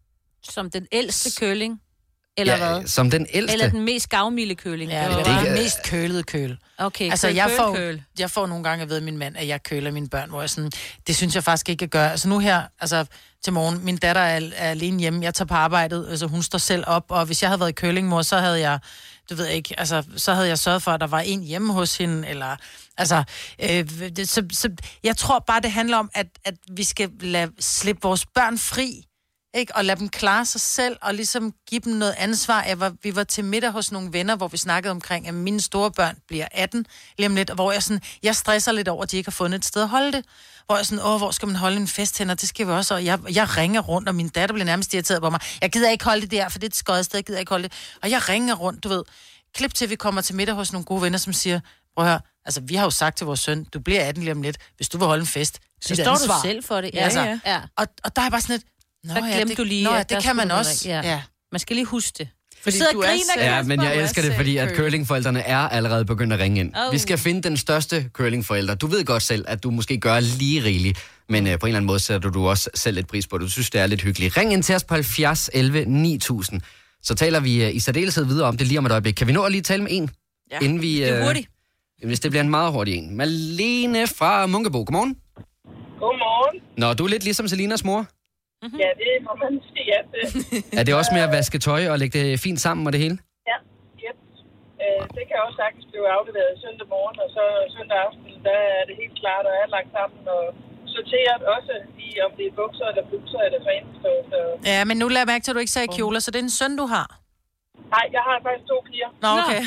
Som den ældste køling? Eller Ja, hvad? som den ældste? Eller den mest gavmilde køling? Ja, Det det var er bare- den mest kølede køl. Okay, Altså, køl, jeg køl, får, køl. jeg får nogle gange at vide af min mand, at jeg køler mine børn, hvor jeg sådan, det synes jeg faktisk ikke, jeg gør. Altså nu her, altså til morgen, min datter er, er alene hjemme, jeg tager på arbejdet, altså hun står selv op, og hvis jeg havde været curlingmor, så havde jeg, du ved ikke, altså så havde jeg sørget for, at der var en hjemme hos hende, eller, altså, øh, det, så, så, jeg tror bare, det handler om, at, at vi skal lade, slippe vores børn fri, ikke? Og lade dem klare sig selv, og ligesom give dem noget ansvar. Jeg var, vi var til middag hos nogle venner, hvor vi snakkede omkring, at mine store børn bliver atten lige om lidt, og hvor jeg sådan, jeg stresser lidt over, at de ikke har fundet et sted at holde det. Hvor jeg sådan, åh, hvor skal man holde en fest hen, og det skal vi også, og jeg, jeg ringer rundt, og min datter bliver nærmest irriteret på mig. Jeg gider ikke holde det der, for det er et skodsted, jeg gider ikke holde det. Og jeg ringer rundt, du ved. Klip til, at vi kommer til middag hos nogle gode venner, som siger, prøv at høre, altså vi har jo sagt til vores søn, du bliver atten lige om lidt, hvis du vil holde en fest. Så står du selv for det. Ja, altså, ja. ja. Og, og der er bare sådan et, Nå, Så ja, glemte det, du lige, nå, ja, at det der kan man skulle du også. være- Ja. ja. Man skal lige huske det. Fordi sidder du og er griner, selv- Ja, Kasper. men jeg er elsker det, selv fordi at curling. curlingforældrene er allerede begyndt at ringe ind. Oh. Vi skal finde den største curlingforælder. Du ved godt selv, at du måske gør lige rigeligt, men øh, på en eller anden måde sætter du også selv lidt pris på det. Du synes, det er lidt hyggeligt. Ring ind til os på halvfjerds elleve ni tusind. Så taler vi øh, i særdeleshed videre om det lige om et øjeblik. Kan vi nå at lige tale med en? Ja, inden vi, det er hurtigt. Hvis det bliver en meget hurtig en. Malene fra Munkebo. Godmorgen. Godmorgen. Nå, du er lidt ligesom Selinas mor. Mm-hmm. Ja, det må man sige, at det... Er det også med at vaske tøj og lægge det fint sammen og det hele? Ja, yep. øh, det kan også sagtens blive afleveret søndag morgen, og så søndag aften, der er det helt klart, og er lagt sammen og sorteret også i, om det er bukser eller bukser eller træningstøj. Så... Ja, men nu lader jeg mærke til, at du ikke sagde kjoler, så det er en søn, du har. Nej, jeg har faktisk to piger. Nå, okay.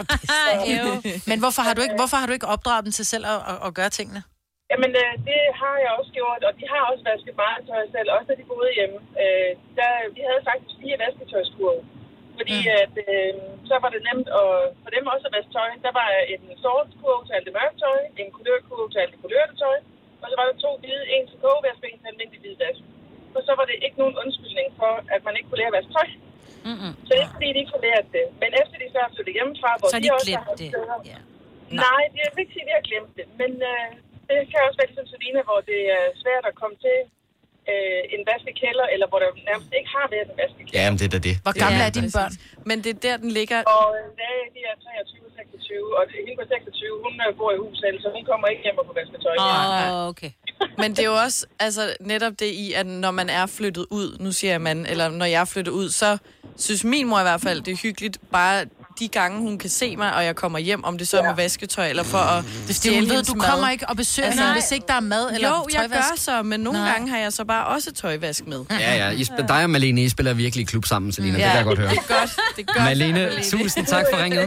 Men hvorfor har du ikke, hvorfor har du ikke opdraget dem til selv at, at, at gøre tingene? Jamen, øh, det har jeg også gjort, og de har også vasket meget tøj selv, også da de boede hjemme. Øh, der, vi havde faktisk fire vasketøjskurve, fordi mm. at, øh, så var det nemt at, for dem også at vaske tøj. Der var en sort kurve til alt det mørke tøj, en kulørkurve til alt det kulørte tøj, og så var der to hvide, en til kogevask og en til almindelig hvid vask. Og så var det ikke nogen undskyldning for, at man ikke kunne lære at vaske tøj. Mm-mm. Så det er ikke fordi, de ikke kunne lære det. Men efter de så har flyttet hjemmefra, hvor Så har de de også glemt har det. steder, Ja. Nej, det er ikke sige, at vi har glemt det. Men øh, det kan også være ligesom Selina, hvor det er svært at komme til øh, en vaskekælder, eller hvor der nærmest ikke har været en vaskekælder. Ja, men det er da det. Hvor gamle Ja, er dine børn? Men det er der, den ligger. Og øh, de er treogtyve og seksogtyve, og hende på seksogtyve, hun øh, bor i hus selv, så hun kommer ikke hjem og får vasket tøj. Åh, oh, okay. Men det er jo også altså, netop det i, at når man er flyttet ud, nu siger jeg man, eller når jeg er flyttet ud, så synes min mor i hvert fald, det er hyggeligt bare de gange, hun kan se mig, og jeg kommer hjem, om det så er med vasketøj, eller for at Det er hun ved, du kommer ikke og besøger Altså, hende, hvis ikke der er mad eller Jo, jeg tøjvask. gør så, men nogle Nej. gange har jeg så bare også tøjvask med. Ja, ja. I, sp- dig og Malene, I spiller virkelig i klub sammen, Selina. Det kan jeg godt høre. Det er godt. Det er godt. Malene, tusind tak for ringet.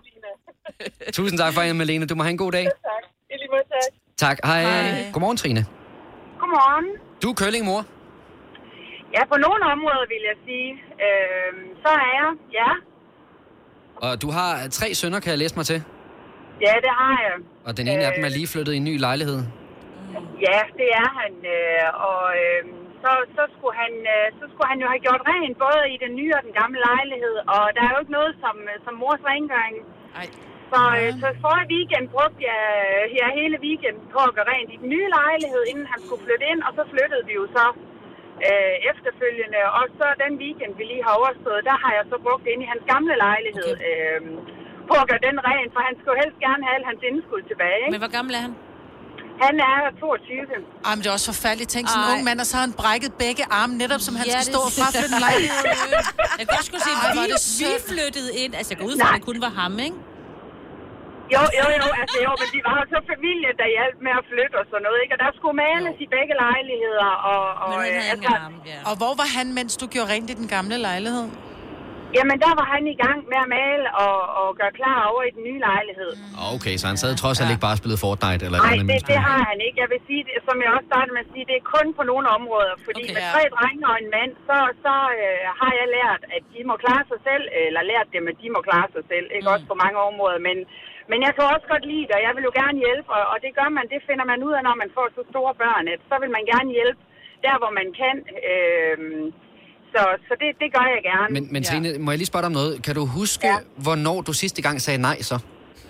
Tusind tak for ringet, Malene. Du må have en god dag. Tak. I lige måde, tak. Tak. Hej. Hej. Godmorgen, Trine. Godmorgen. Du er curlingmor. Ja, på nogle områder vil jeg sige. Øh, så er jeg, ja. Og du har tre sønner, kan jeg læse mig til. Ja, det har jeg. Og den ene øh... af dem er lige flyttet i en ny lejlighed. Ja, det er han. Øh, og øh, så, så, skulle han, øh, så skulle han jo have gjort rent, både i den nye og den gamle lejlighed. Og der er jo ikke noget som, som mors rengøring. Ej. Så, øh, så forrige weekend brugte jeg ja, hele weekenden på at gøre rent i den nye lejlighed, inden han skulle flytte ind. Og så flyttede vi jo så øh, efterfølgende. Og så den weekend, vi lige har overstået, der har jeg så brugt ind i hans gamle lejlighed okay. øh, på at gøre den ren. For han skulle helst gerne have hans indskud tilbage. Ikke? Men hvor gammel er han? Han er toogtyve. Ej, men det er også forfærdeligt. Tænk sådan en ung mand, og så har han brækket begge arme, netop som han Ja, skal det stå og er- fraflytte en lejlighed. Jeg kan også kunne se, Ej, hvor vi, er det vi synd. flyttede ind. Altså, jeg går ud fra, at det kun var ham, ikke? Jo, jo, jo, altså jo, men de var jo så familie, der hjalp med at flytte og sådan noget, ikke? Og der skulle males jo. i begge lejligheder, og... og Men han øh, havde altså, ingen arme, ja. Og hvor var han, mens du gjorde rent i den gamle lejlighed? Jamen, der var han i gang med at male og, og gøre klar over i den nye lejlighed. Okay, så han sad trods alt ikke bare og spillede Fortnite? Eller Nej, eller det, det har han ikke. Jeg vil sige, det, som jeg også startede med at sige, det er kun på nogle områder. Fordi okay, med tre ja. drenge og en mand, så, så øh, har jeg lært, at de må klare sig selv, eller lært dem, at de må klare sig selv. Ikke mm. også på mange områder, men... Men jeg kan også godt lide det, og jeg vil jo gerne hjælpe, og det gør man, det finder man ud af, når man får så store børn, at så vil man gerne hjælpe der, hvor man kan. Øhm, så så det, det gør jeg gerne. Men, men Trine, ja. må jeg lige spørge dig om noget? Kan du huske, ja. hvornår du sidste gang sagde nej så?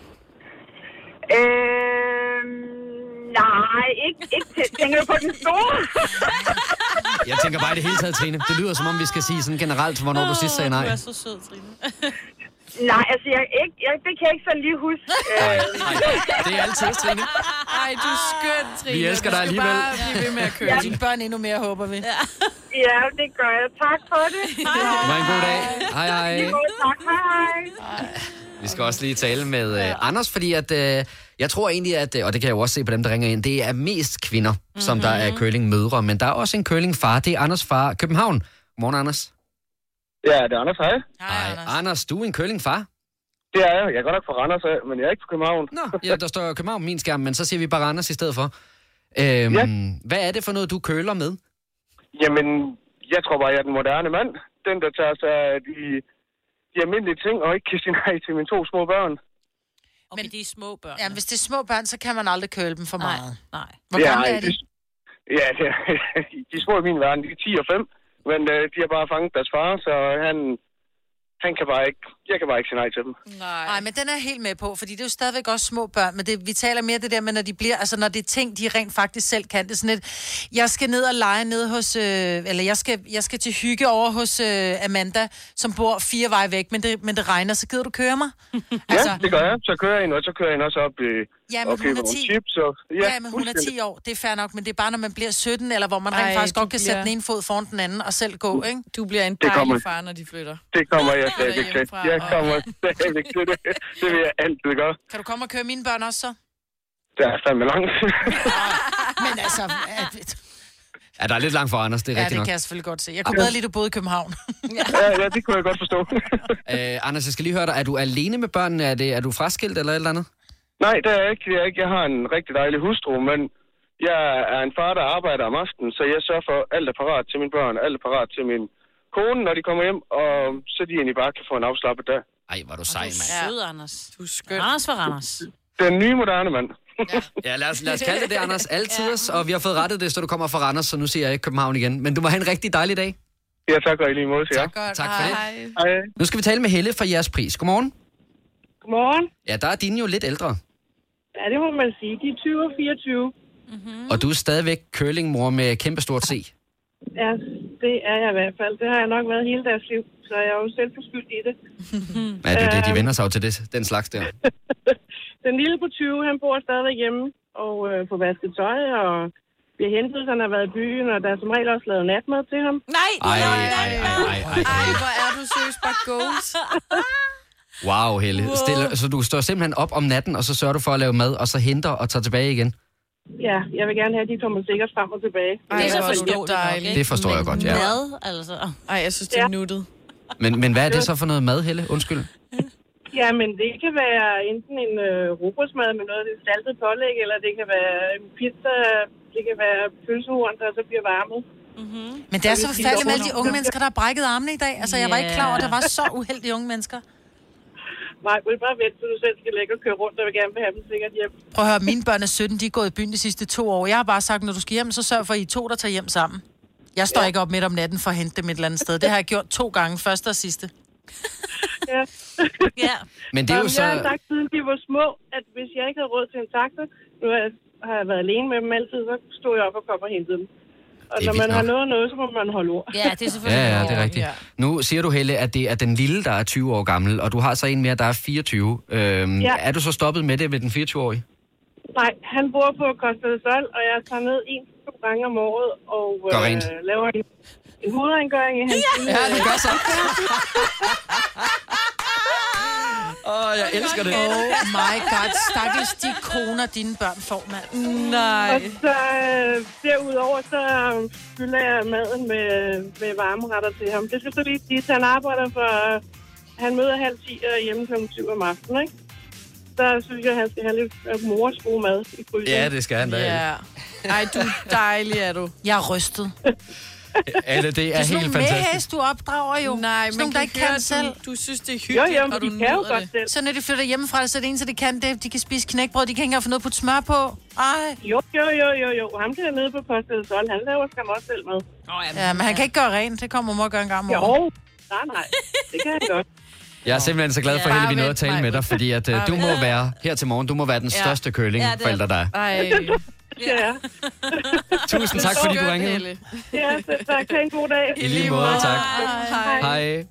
Øhm, nej, ikke, ikke til, tænker du på den store? Jeg tænker bare i det hele taget, Trine. Det lyder som om, vi skal sige sådan generelt, hvornår du sidst sagde nej. Du er så sød, Trine. Nej, altså, jeg, ikke, jeg, det kan jeg ikke sådan lige huske. Nej, nej, det er altid, Trine. Ej, du er skøn, Trine. Vi elsker dig alligevel. Du skal bare blive ved med at køre. Ja. Dine børn endnu mere, håber vi. Ja, ja det gør jeg. Tak for det. Ha' en god dag. Hej, hej. Tak, hej. Vi skal også lige tale med uh, Anders, fordi at, uh, jeg tror egentlig, at, og det kan jeg jo også se på dem, der ringer ind, det er mest kvinder, mm-hmm. som der er curlingmødre, men der er også en curlingfar. Det er Anders far, København. Godmorgen, Anders. Ja, det er Anders, hej. Hej, Anders. Anders, du er en curlingfar? Det er jeg. Jeg er godt nok fra Randers af, men jeg er ikke fra København. Nå, ja, der står København på min skærm, men så siger vi bare Randers i stedet for. Øhm, ja. Hvad er det for noget, du køler med? Jamen, jeg tror bare, jeg er den moderne mand. Den, der tager sig af de, de almindelige ting, og ikke kan sige nej til mine to små børn. Men de er små børn. Ja, hvis det er små børn, så kan man aldrig køle dem for meget. Nej, nej. Hvor gamle ja, er de? Ja, det er, de små i min verden, de er ti og fem, men øh, de har bare fanget deres far, så han... Han kan bare ikke, jeg kan bare ikke sige nej til dem. Nej. Nej, men den er jeg helt med på, fordi det er jo stadigvæk også små børn, men det, vi taler mere det der med, når de bliver, altså når det er ting, de rent faktisk selv kan. Det er sådan et, jeg skal ned og lege ned hos, øh, eller jeg skal, jeg skal til hygge over hos øh, Amanda, som bor fire veje væk, men det, men det regner, så gider du køre mig? Altså, ja, det gør jeg. Så kører jeg ind, og så kører jeg ind også op i... Ja, men hun er ti. Chips, og, ja, ja, men hun er ti år. Det er fair nok, men det er bare, når man bliver sytten, eller hvor man Ej, rent faktisk godt kan bliver... sætte den ene fod foran den anden og selv gå, ikke? Du bliver en dejlig kommer... far, når de flytter. Det kommer jeg stadigvæk til. Jeg kommer stadigvæk til det. Det vil jeg altid gøre. Kan du komme og køre mine børn også, så? Det er fandme langt. Men altså... Ja, der er lidt langt for Anders, det er ja, rigtigt nok. Ja, det kan jeg selvfølgelig godt se. Jeg kunne bedre lide, du boede i København. ja. ja, det kunne jeg godt forstå. uh, Anders, jeg skal lige høre dig. Er du alene med børnene? Er, det, er du fraskilt eller et eller andet? Nej, det er jeg ikke. Jeg, er ikke. Jeg har en rigtig dejlig hustru, men jeg er en far, der arbejder om aftenen, så jeg sørger for alt er parat til mine børn, alt er parat til min kone, når de kommer hjem, og så de egentlig bare kan få en afslappet dag. Ej, hvor du sej, mand. Du er sød, Anders. Du er skøn. Anders for Anders. Den nye moderne mand. ja, ja lad, os, lad os kalde det det, Anders. Altid, ja. Og vi har fået rettet det, så du kommer fra Randers, så nu siger jeg ikke København igen. Men du må have en rigtig dejlig dag. Ja, tak og i lige måde, tak, ja. tak for Hej. det. Hej. Nu skal vi tale med Helle fra jeres pris. Godmorgen. Godmorgen. Ja, der er dine jo lidt ældre. Ja, det må man sige. De er tyve og fireogtyve. Mm-hmm. Og du er stadigvæk curlingmor med kæmpestort C. Ja, det er jeg i hvert fald. Det har jeg nok været hele deres liv, så jeg er jo selv forskyldt i det. Ja, det er det. De vender sig jo til det, den slags der. Den lille på tyve, han bor stadigvæk hjemme og øh, får vasket tøj, og bliver hentet, så han har været i byen, og der er som regel også lavet natmad til ham. Nej, ej, ej, ej, ej, ej. Ej, hvor er du seriøst bare goals. Wow, Helle. Wow. Stille, så du står simpelthen op om natten, og så sørger du for at lave mad, og så henter og tager tilbage igen? Ja, jeg vil gerne have, at de kommer sikkert frem og tilbage. Ej, det er så forståeligt. Det forstår jeg godt, ja. Mad, altså. Ej, jeg synes, det er nuttet. Men, men hvad er det så for noget mad, Helle? Undskyld. Ja, men det kan være enten en øh, rugbrødsmad med noget saltet pålæg, eller det kan være en pizza, det kan være pølsehorn, der så bliver varmet. Mm-hmm. Men det er så forfærdeligt med alle de unge mennesker, der har brækket armene i dag. Altså, jeg var ikke klar over, at der var så uheldige unge mennesker. Nej, vil bare vente, så du selv skal lægge og køre rundt, og vil gerne vil have dem sikkert hjem. Prøv at høre, mine børn er sytten, de er gået i byen de sidste to år. Jeg har bare sagt, når du skal hjem, så sørg for, at I to, der tager hjem sammen. Jeg står ja. ikke op midt om natten for at hente dem et eller andet sted. Det har jeg gjort to gange, første og sidste. Ja. ja. Men det er jo så... Jeg har sagt, siden de var små, at hvis jeg ikke havde råd til en taxa, nu har jeg været alene med dem altid, så stod jeg op og kom og hentede dem. Og når man nok. har noget noget, så må man holde ord. Ja, det er selvfølgelig. Ja, ja, det er rigtigt. Ja. Nu siger du, Helle, at det er den lille, der er tyve år gammel, og du har så en mere, der er fireogtyve. Øhm, ja. Er du så stoppet med det ved den fireogtyve-årige? Nej, han bor på Costa del Sol, og jeg tager ned en to gange om året og øh, laver en, en hovedrengøring i hans ja. ja, det gør så. Åh, oh, jeg elsker det. Oh my god, stakkels de koner, dine børn får, mand. Nej. Og så øh, derudover, så fylder jeg maden med, med varmeretter til ham. Det skal så lige sige, at han arbejder for... Han møder halv ti og hjemme klokken syv om aftenen, ikke? Så synes jeg, at han skal have lidt øh, mors gode mad i fryseren. Ja, det skal han da. Ja. Ej, du er dejlig, er du. Jeg er rystet. Alle, det er, Det er sådan helt nogle fantastisk. medhæs, du opdrager jo. Nej, sådan men nogle, der ikke kan du, selv. Du synes, det er Jo, hyggeligt, jo, men og du de kan jo nyder godt det. selv. Så når de flytter hjemmefra, så er det eneste, de kan, det de kan spise knækbrød. De kan ikke engang få noget at putte smør på. Ej. Jo, jo, jo, jo, jo. Ham der nede på Postel Sol, han laver skam også selv med. Oh, Ja, men han kan ikke gøre rent. Det kommer mor at gøre en gang om Jo, året. nej, nej. Det kan han godt. Jeg er simpelthen så glad for, Ja. at vi nåede Bare at tale vent, med dig, fordi at, uh, Bare du må vent. være her til morgen, du må være den Ja. største køling, Ja, det er- forældre der er. Ej. Ja, Tusind tak, fordi du Skønt, ringede. Helle. ja, så tak. Ha' en god dag. I lige måde, tak. Hej. Hej.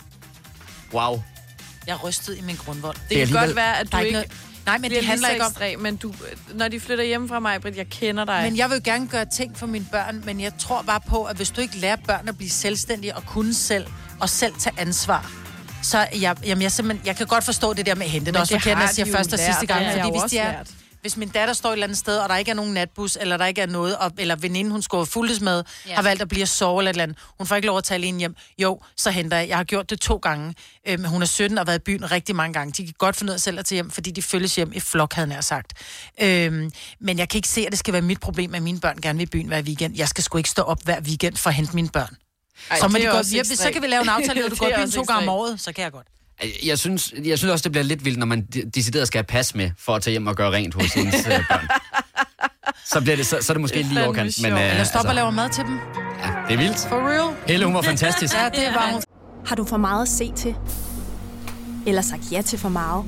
Wow. Jeg er rystet i min grundvold. Det kan alligevel- godt være, at Der du er ikke ikke Nej, men bliver det handler lige ikke så om... ekstrem, men du, når de flytter hjem fra mig, Britt, jeg kender dig. Men jeg vil gerne gøre ting for mine børn, men jeg tror bare på, at hvis du ikke lærer børn at blive selvstændige og kunne selv, og selv tage ansvar, så jeg, jamen jeg, simpelthen, jeg kan godt forstå det der med at hente. Det er Men også det forkert, når har jeg siger de jo første og lært, sidste gang, det har jeg fordi jo hvis, også de er, lært. hvis min datter står et eller andet sted, og der ikke er nogen natbus, eller der ikke er noget, og, eller veninde, hun skulle have fulgtes med, Ja. har valgt at blive at sove eller et eller andet. Hun får ikke lov at tage alene hjem. Jo, så henter jeg. Jeg har gjort det to gange. Øhm, hun er sytten og har været i byen rigtig mange gange. De kan godt finde ud af selv at tage hjem, fordi de følges hjem i flok, havde jeg nær sagt. Øhm, men jeg kan ikke se, at det skal være mit problem, at mine børn gerne vil i byen hver weekend. Jeg skal sgu ikke stå op hver weekend for at hente mine børn. Ej, så, må det de er godt, også ja, ekstremt. så kan vi lave en aftale, at du Det går i er byen også to gange om ekstremt. året, så kan jeg godt. Jeg synes, jeg synes også, det bliver lidt vildt, når man de- decideret skal have pas med, for at tage hjem og gøre rent hos ens øh, børn. Så, bliver det, så, så er det måske Det er lige fandme overkant. sjovt. øh, Eller stop og laver mad til dem. ja, det er vildt. For real. Helle, hun var fantastisk. Ja, det var hun. Har du for meget at se til? Eller sagt ja til for meget?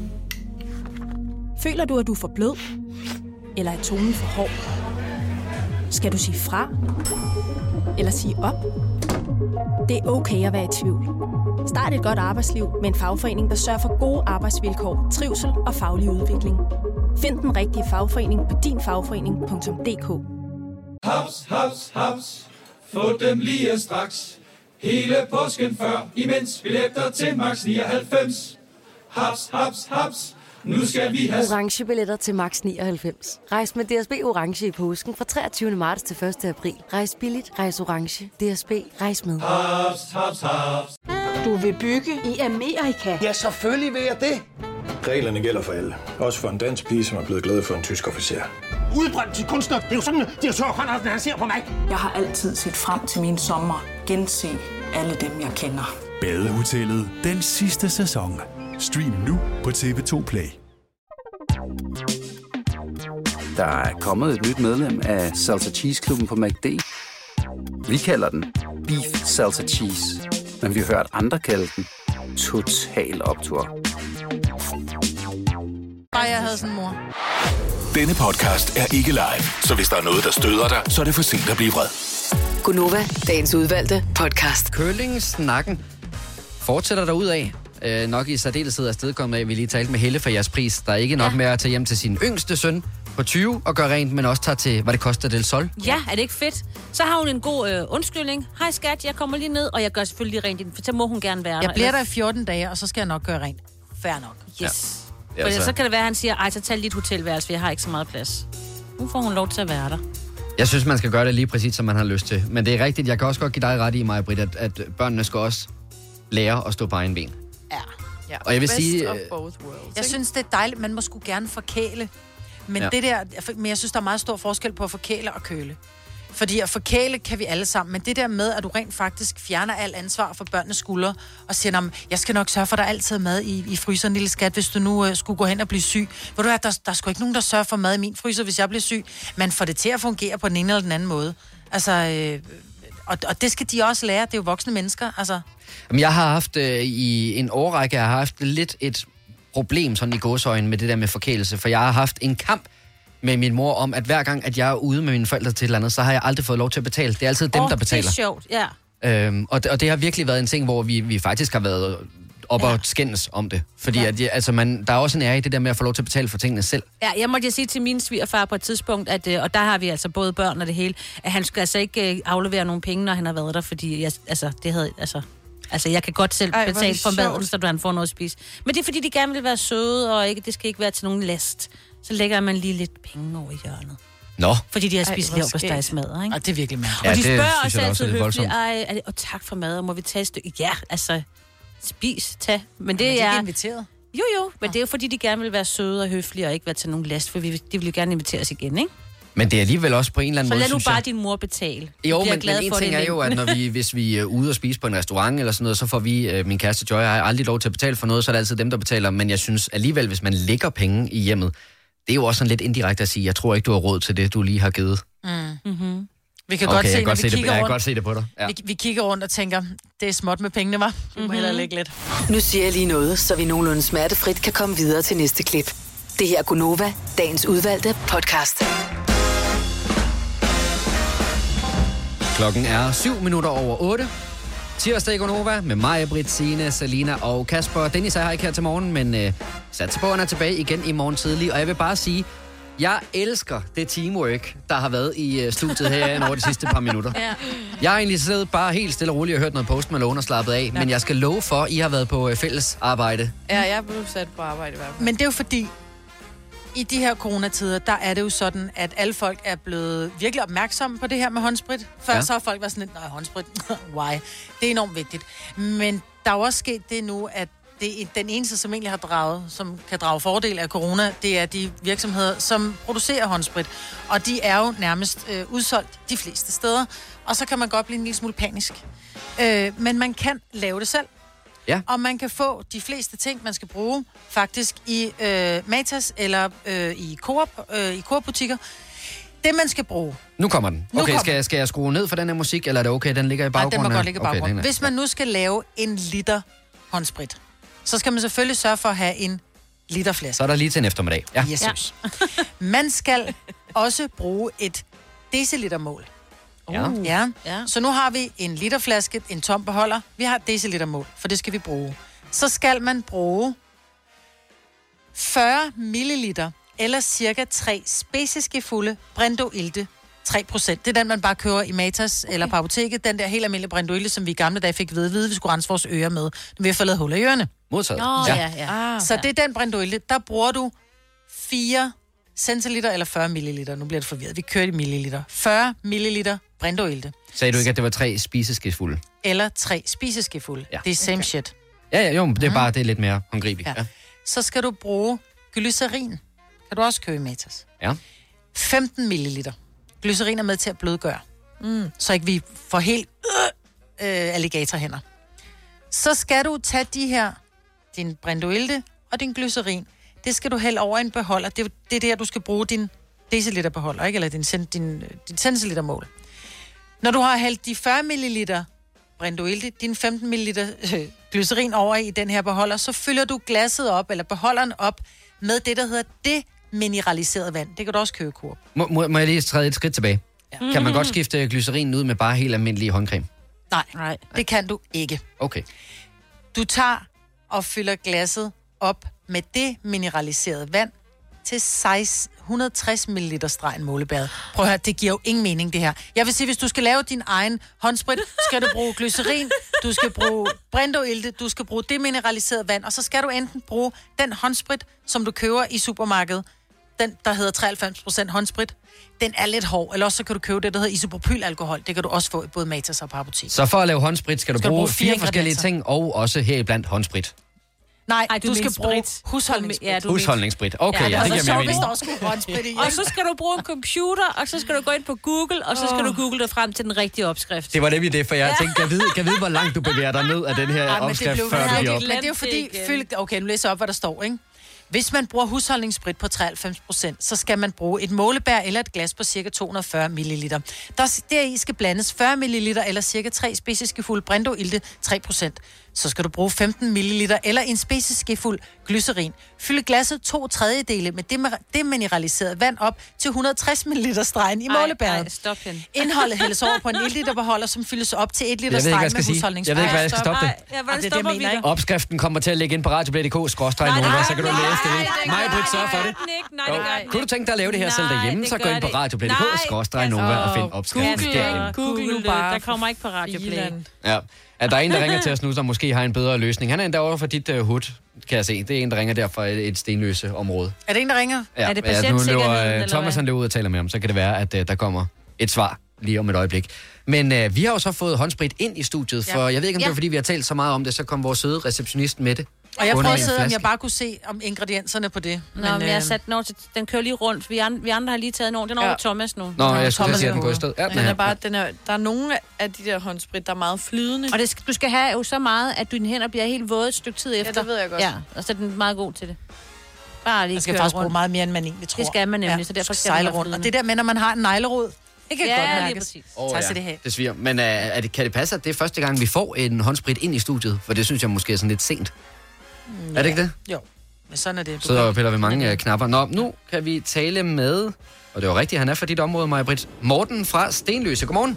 Føler du, at du er for blød? Eller er tonen for hård? Skal du sige fra? Eller sige op? Det er okay at være i tvivl. Start et godt arbejdsliv med en fagforening, der sørger for gode arbejdsvilkår, trivsel og faglig udvikling. Find den rigtige fagforening på din fagforening punktum d k. Haps, haps, haps. Få dem lige straks. Hele påsken før, imens billetter til max nioghalvfems. Haps, haps, haps. Nu skal vi have... Orange billetter til max nioghalvfems. Rejs med D S B Orange i påsken fra treogtyvende marts til første april. Rejs billigt, rejs orange. D S B, rejs med. Haps, haps, haps. Du vil bygge i Amerika? Ja, selvfølgelig vil jeg det. Reglerne gælder for alle. Også for en dansk pige, som er blevet glad for en tysk officer. Udbrændt til kunstner. Det er jo sådan, at direktør Conradsen, han ser på mig. Jeg har altid set frem til min sommer. Gense alle dem, jeg kender. Badehotellet den sidste sæson. Stream nu på T V to Play. Der er kommet et nyt medlem af Salsa Cheese Klubben på McD. Vi kalder den Beef Salsa Cheese, men vi har hørt andre kalde den Total Optur. Bare jeg havde sådan en mor. Denne podcast er ikke live, så hvis der er noget, der støder dig, så er det for sent at blive vred. Gunova, dagens udvalgte podcast. Curling-snakken fortsætter derudad. Øh, nok i særdeleshed afstedkommet af, at vi lige talte med Helle for jeres pris. Der er ikke nok ja. med at tage hjem til sin yngste søn på tyve og gøre rent, men også tage til, hvad det koster del Sol. Ja, er det ikke fedt? Så har hun en god øh, undskyldning. Hej skat, jeg kommer lige ned, og jeg gør selvfølgelig rent, for så må hun gerne være der. Jeg bliver der Ellers- i fjorten dage, og så skal jeg nok gøre rent. Fair nok. Yes. Ja, For så- så kan det være, at han siger, ej, så tag lige et hotelværelse, for jeg har ikke så meget plads. Nu får hun lov til at være der. Jeg synes, man skal gøre det lige præcis, som man har lyst til. Men det er rigtigt, jeg kan også godt give dig ret i mig, Britt, at, at børnene skal også lære at stå på egen ben. Ja. Ja, Og jeg vil best sige, of øh, both worlds, Jeg ikke? synes, det er dejligt. Man må sgu gerne forkæle. Men, Ja. ja. det der, men jeg synes, der er meget stor forskel på at forkæle og køle. Fordi at forkæle kan vi alle sammen, men det der med, at du rent faktisk fjerner alt ansvar for børnenes skuldre, og siger, "Nå, jeg skal nok sørge for, at der altid er mad i, i fryseren, lille skat, hvis du nu uh, skulle gå hen og blive syg. Ved du hvad, der, der er sgu ikke nogen, der sørger for mad i min fryser, hvis jeg bliver syg. Man får det til at fungere på den ene eller den anden måde. Altså, øh, og, og det skal de også lære, det er jo voksne mennesker, altså. Jamen, jeg har haft øh, i en årrække, jeg har haft lidt et problem sådan i gåseøjne med det der med forkælelse, for jeg har haft en kamp med min mor om, at hver gang, at jeg er ude med mine forældre til et eller andet, så har jeg aldrig fået lov til at betale. Det er altid dem, Åh, der betaler. det er sjovt, ja. Øhm, og, det, og det har virkelig været en ting, hvor vi, vi faktisk har været op ja. og skændes om det. Fordi ja. at, ja, altså man, der er også en ære i det der med at få lov til at betale for tingene selv. Ja, jeg måtte sige til min svigerfar på et tidspunkt, at, øh, og der har vi altså både børn og det hele, at han skal altså ikke øh, aflevere nogen penge, når han har været der, fordi jeg, altså, det havde, altså, Altså, jeg kan godt selv Ej, betale for sjovt. maden, så du får noget at spise. Men det er, fordi de gerne vil være søde, og ikke, det skal ikke være til nogen last. Så lægger man lige lidt penge over i hjørnet. Nå. Fordi de har Ej, spist hvor leverpostejsmadder, ikke? Og det er virkelig mærkeligt. Ja, Og de det spørger synes også jeg da også er altid lidt høfligt, voldsomt. ej, er det, og tak for mad, og må vi tage et stykke? Ja, altså, spis, tag. Men det Men de er er... ikke inviteret. Jo, jo, men det er jo fordi, de gerne vil være søde og høflige, og ikke være til nogen last, for vi, de vil jo gerne invitere os igen, ikke? Men det er alligevel også på en eller anden Så måde, lad nu synes bare jeg. din mor betale. Du Jo, bliver men, glad men en for ting det er jo, at når vi, hvis vi er ude og spise på en restaurant eller sådan noget, så får vi, øh, min kæreste Joy, har aldrig lov til at betale for noget, så er det altid dem, der betaler. Men jeg synes alligevel, hvis man lægger penge i hjemmet, det er jo også sådan lidt indirekte at sige, jeg tror ikke, du har råd til det, du lige har givet. Mm. Mm-hmm. Vi kan Okay, godt se, jeg kan når godt vi se det- kigger jeg kan rundt, godt se det på dig. Ja. vi, vi kigger rundt og tænker, det er småt med pengene, var. Vi må Mhm. hellere lægge lidt. Nu siger jeg lige noget, så vi nogenlunde smertefrit kan komme videre til næste klip. Det her er Gunova, dagens udvalgte podcast. Klokken er syv minutter over otte. Tirsdag i Gonova med mig, Britt, Signe, Selina og Kasper. Dennis er her ikke her til morgen, men øh, satser på, at han er tilbage igen i morgen tidlig. Og jeg vil bare sige, jeg elsker det teamwork, der har været i øh, studiet her over de sidste par minutter. Ja. Jeg har egentlig siddet bare helt stille og roligt og hørt noget Post Malone og slappet af, ja. Men jeg skal love for, at I har været på øh, fælles arbejde. Ja, jeg er blevet sat på arbejde i hvert fald. Men det er jo fordi, i de her coronatider, der er det jo sådan, at alle folk er blevet virkelig opmærksomme på det her med håndsprit. Før Ja. ja. så har folk været sådan lidt, nej, håndsprit, why? Det er enormt vigtigt. Men der er jo også sket det nu, at det er den eneste, som egentlig har draget, som kan drage fordel af corona, det er de virksomheder, som producerer håndsprit. Og de er jo nærmest øh, udsolgt de fleste steder. Og så kan man godt blive en lille smule panisk. Øh, men man kan lave det selv. Ja. Og man kan få de fleste ting, man skal bruge, faktisk i øh, Matas eller øh, i Coop, øh, i Coop-butikker. Det, man skal bruge. Nu kommer den. Nu Okay, kommer skal, jeg, skal jeg skrue ned for den her musik, eller er det okay, den ligger i Nej, baggrunden? den må her? godt ligge i baggrunden. Okay, Okay, Hvis man nu skal lave en liter håndsprit, så skal man selvfølgelig sørge for at have en literflaske. Så er der lige til en eftermiddag. Ja. Jesus. Man skal også bruge et decilitermål. Ja. Ja. ja. Så nu har vi en literflaske, en tom beholder. Vi har et decilitermål, for det skal vi bruge. Så skal man bruge fyrre milliliter, eller cirka tre speceskefulde Brendo Ilte, tre procent. Det er den, man bare kører i Matas okay. eller på apoteket. Den der helt almindelige Brendo Ilte, som vi i gamle dage fik ved at vide, vi skulle rense vores ører med, når vi har fået lavet huller i ørerne. Modtaget. Nå, ja, ja. Ah, så det er den Brendo Ilte. Der bruger du fire centiliter eller fyrre milliliter. Nu bliver det forvirret. Vi kører i milliliter. fyrre milliliter Brendo Ilte. Sagde du ikke, at det var tre spiseskefulde? Eller tre spiseskefulde. Ja. Det er same okay. shit. Ja, ja, jo, men det er bare det er lidt mere håndgribeligt. Ja. Ja. Så skal du bruge glycerin. Kan du også købe i Matas. Ja. femten milliliter. Glycerin er med til at blødgøre. Mm. Så ikke vi får helt øh, øh, alligatorhænder. Så skal du tage de her, din Brendo Ilte og din glycerin. Det skal du hælde over en beholder. Det, det er der, du skal bruge din deciliterbeholder, ikke? Eller din, din, din centilitermål. Når du har hældt de fyrre milliliter Brendo Ilte, din femten milliliter øh, glycerin over i den her beholder, så fylder du glasset op, eller beholderen op, med det, der hedder demineraliseret vand. Det kan du også købe i Coop. Må, må, må jeg lige træde et skridt tilbage? Ja. Kan man godt skifte glycerin ud med bare helt almindelig håndcreme? Nej, Nej, det kan du ikke. Okay. Du tager og fylder glasset op med det mineraliserede vand til seksten hundrede og tres milliliter stregen målebad. Prøv at høre, det giver jo ingen mening, det her. Jeg vil sige, hvis du skal lave din egen håndsprit, skal du bruge glycerin, du skal bruge Brendo Ilte, du skal bruge demineraliseret vand, og så skal du enten bruge den håndsprit, som du køber i supermarkedet, den, der hedder treoghalvfems procent håndsprit, den er lidt hård, eller også så kan du købe det, der hedder isopropylalkohol. Det kan du også få i både Matas og på apotek. Så for at lave håndsprit skal du, skal bruge, du bruge fire, fire forskellige ting, og også heriblandt håndsprit. Nej, Ej, du, du skal mener bruge sprit. husholdningssprit. Ja, du Husholdningssprit. Okay, ja, Ja, ja, det og giver så mere hvis mening. Der også skulle håndsprit i. Og så skal du bruge en computer, og så skal du gå ind på Google, og så skal du google dig frem til den rigtige opskrift. Det var nemlig det, for jeg tænkte, kan vide, kan vide, hvor langt du bevæger dig ned af den her Ej, men det opskrift, blev før vi er op. Men det er jo fordi, fyld, okay, nu læser jeg op, hvad der står, ikke? Hvis man bruger husholdningssprit på treoghalvfems procent, så skal man bruge et målebær eller et glas på cirka to hundrede og fyrre milliliter. Der, deri skal blandes fyrre milliliter eller cirka tre speceskefulde Brendo Ilte, tre procent. Så skal du bruge femten milliliter eller en speceskefuld glycerin. Fylde glasset to tredjedele med demineraliseret vand op til hundrede og tres milliliter stregen i målebæret. Ej, stop hende. Indholdet hældes over på en et liter beholder, som fyldes op til et liter Jeg ved ikke, hvad stregen jeg skal med sige. husholdningssprit. Jeg ved ikke, hvad jeg skal stoppe det. Ja, hvordan det er det, stopper jeg vi mener, det? Opskriften kommer til at ligge ind på radioplay punktum d k skråstreg Nova, så kan du læse det. Mig, Britt, sørg for det. Jo. Kunne du tænke dig at lave det her selv derhjemme, så gå ind på radioplay punktum d k skråstreg Nova og find opskriften derinde. Google, Google det. Der kommer ikke på radioplay. Ja. at der er en, der ringer til os nu, som måske har en bedre løsning. Han er endda over for dit uh, hud, kan jeg se. Det er en, der ringer der fra et, et stenløse område. Er det en, der ringer? Ja, Er det ja, nu løber, uh, Thomas hvad? han løber ud og taler med ham, så kan det være, at uh, der kommer et svar lige om et øjeblik. Men uh, vi har jo så fået håndsprit ind i studiet, for Ja. jeg ved ikke, om det Ja. er, fordi vi har talt så meget om det, så kom vores søde receptionist med det. Og jeg Under prøvede at en sidde, om flaske. jeg bare kunne se om ingredienserne på det. Nå, men, men jeg har sat den over til, den kører lige rundt. Vi andre, vi andre har lige taget den over. Den er over Ja. Thomas nu. Nå, jeg skulle Thomas sige, at er den går i ude. stød. Ja, Den er bare, den er, der er nogle af de der håndsprit, der er meget flydende. Og det skal, du skal have jo så meget, at dine hænder bliver helt våde et stykke tid efter. det ved jeg godt. Ja, og så er den meget god til det. Bare lige Man skal køre faktisk rundt. bruge meget mere, end man egentlig tror. Det skal man nemlig, Ja, så derfor du skal den sejle være rundt. Og flydende. det der med, når man har en neglerod, det kan Ja, godt lige mærkes. præcis. Oh, tak ja. skal det have. Det sviger. Men uh, er det, kan det passe, at det er første gang, vi får en håndsprit ind i studiet? For det synes jeg måske er sådan lidt sent. Mm, Er det ikke det? Jo, men sådan er det. Du Så kan- piller vi mange uh, knapper. Nå, nu kan vi tale med, og det var rigtigt, han er fra dit område, Maja-Britt. Morten fra Stenløse. Godmorgen.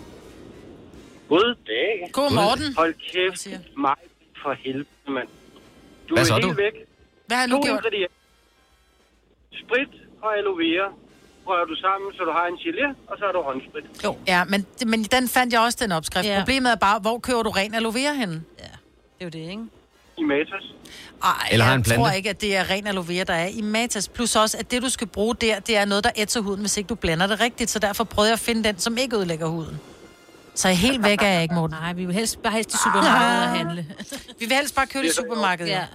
Goddag. God Morten. Hold kæft, mig for helvede, mand. Du Hvad er så, helt du? væk. Hvad har jeg nu To gjort? ingredienser. Sprit og aloe vera rører du sammen, så du har en gelé, og så har du håndsprit. Jo. Ja, men, men den fandt jeg også, den opskrift. Ja. Ja. Problemet er bare, hvor køber du ren aloe vera henne? Det er jo det, ikke? I Matas. Ej, Eller har jeg en plante. tror ikke, at det er ren aloe vera, der er i Matas. Plus også, at det, du skal bruge der, det er noget, der ætser huden, hvis ikke du blander det rigtigt. Så derfor prøvede jeg at finde den, som ikke ødelægger huden. Så helt væk er jeg ikke, Morten. Nej, vi vil helst bare helst i supermarkedet og handle. Vi vil helst bare købe det i supermarkedet. Ja.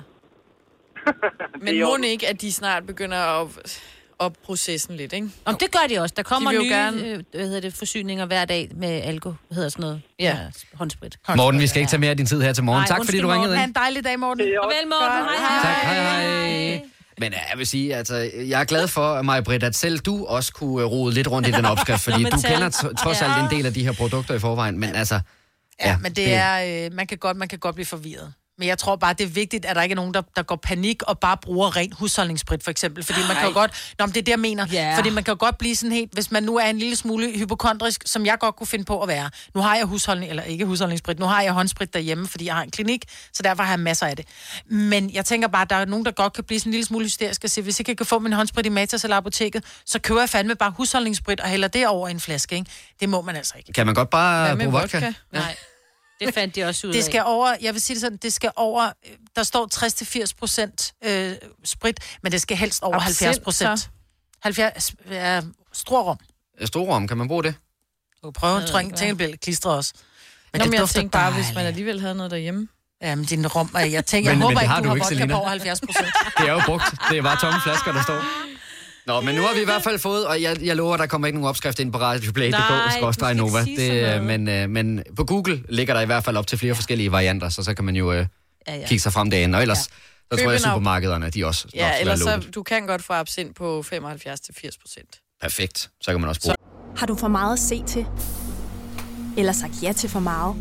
Men må ikke, at de snart begynder at op processen lidt, ikke? Om det gør de også. Der kommer De vil nye jo gerne- øh, hvad hedder det, forsyninger hver dag med alko, hvad hedder sådan noget. Ja. Håndsprit. Morten, vi skal ikke tage mere af din tid her til morgen. Nej, tak fordi undskyld, du ringede Morten. Ha' ind. en dejlig dag, Morten. Farvel, Morten. Hej, hej. Tak, hej, hej. Men jeg vil sige, altså, jeg er glad for, Maja-Britt, at selv du også kunne øh, rode lidt rundt i den opskrift, fordi Nå, men du tal. kender t- trods alt en del af de her produkter i forvejen, men altså... Ja, men det er, øh, man, kan godt, man kan godt blive forvirret. Men jeg tror bare, det er vigtigt, at der ikke er nogen, der, der går panik og bare bruger ren husholdningssprit, for eksempel. Fordi man kan jo godt... Nå, men det er det, jeg mener. Ja. Fordi man kan jo godt blive sådan helt... Hvis man nu er en lille smule hypokondrisk, som jeg godt kunne finde på at være. Nu har jeg husholdning... Eller ikke husholdningssprit. Nu har jeg håndsprit derhjemme, fordi jeg har en klinik. Så derfor har jeg masser af det. Men jeg tænker bare, at der er nogen, der godt kan blive sådan en lille smule hysterisk og sige, hvis ikke jeg kan få min håndsprit i Matas eller apoteket, så køber jeg fandme bare husholdningssprit og hælder det over i en flaske, ikke? Det må man altså ikke. Kan man godt bare Hvad med bruge vodka? vodka? Nej. Det fandt de også ud Det af. skal over, jeg vil sige det sådan, det skal over, der står tres til firs procent øh, sprit, men det skal helst over Absint, halvfjerds procent. så? halvfjerds, ja, storrum. Storrum, kan man bruge det? Du kan prøve, Jeg jeg ved tror ikke, ikke, tænker, bliver klistret også. Men Nå, men jeg dufter tænkte bare, dejligt. hvis man alligevel havde noget derhjemme. Jamen, din rum, og jeg tænker, jeg Men- men håber det ikke, har du du har ikke, vodka Selina. på over halvfjerds procent. Det er jo brugt. Det er bare tomme flasker, der står. Nå, men nu har vi i hvert fald fået, og jeg, jeg lover, der kommer ikke nogen opskrift ind på radioplay punktum Nej, dk skråstreg du skal Nova. ikke sige sådan Det, noget. men, øh, men på Google ligger der i hvert fald op til flere forskellige varianter, så så kan man jo øh, Ja, ja. kigge sig frem derinde. Og ellers, ja. så Køb tror jeg, en af- supermarkederne, de også nok Ja, skal ellers være så, lukket. du kan godt få absint på femoghalvfjerds til firs procent. Perfekt. Så kan man også bruge. Har du for meget at se til? Eller sagt ja til for meget?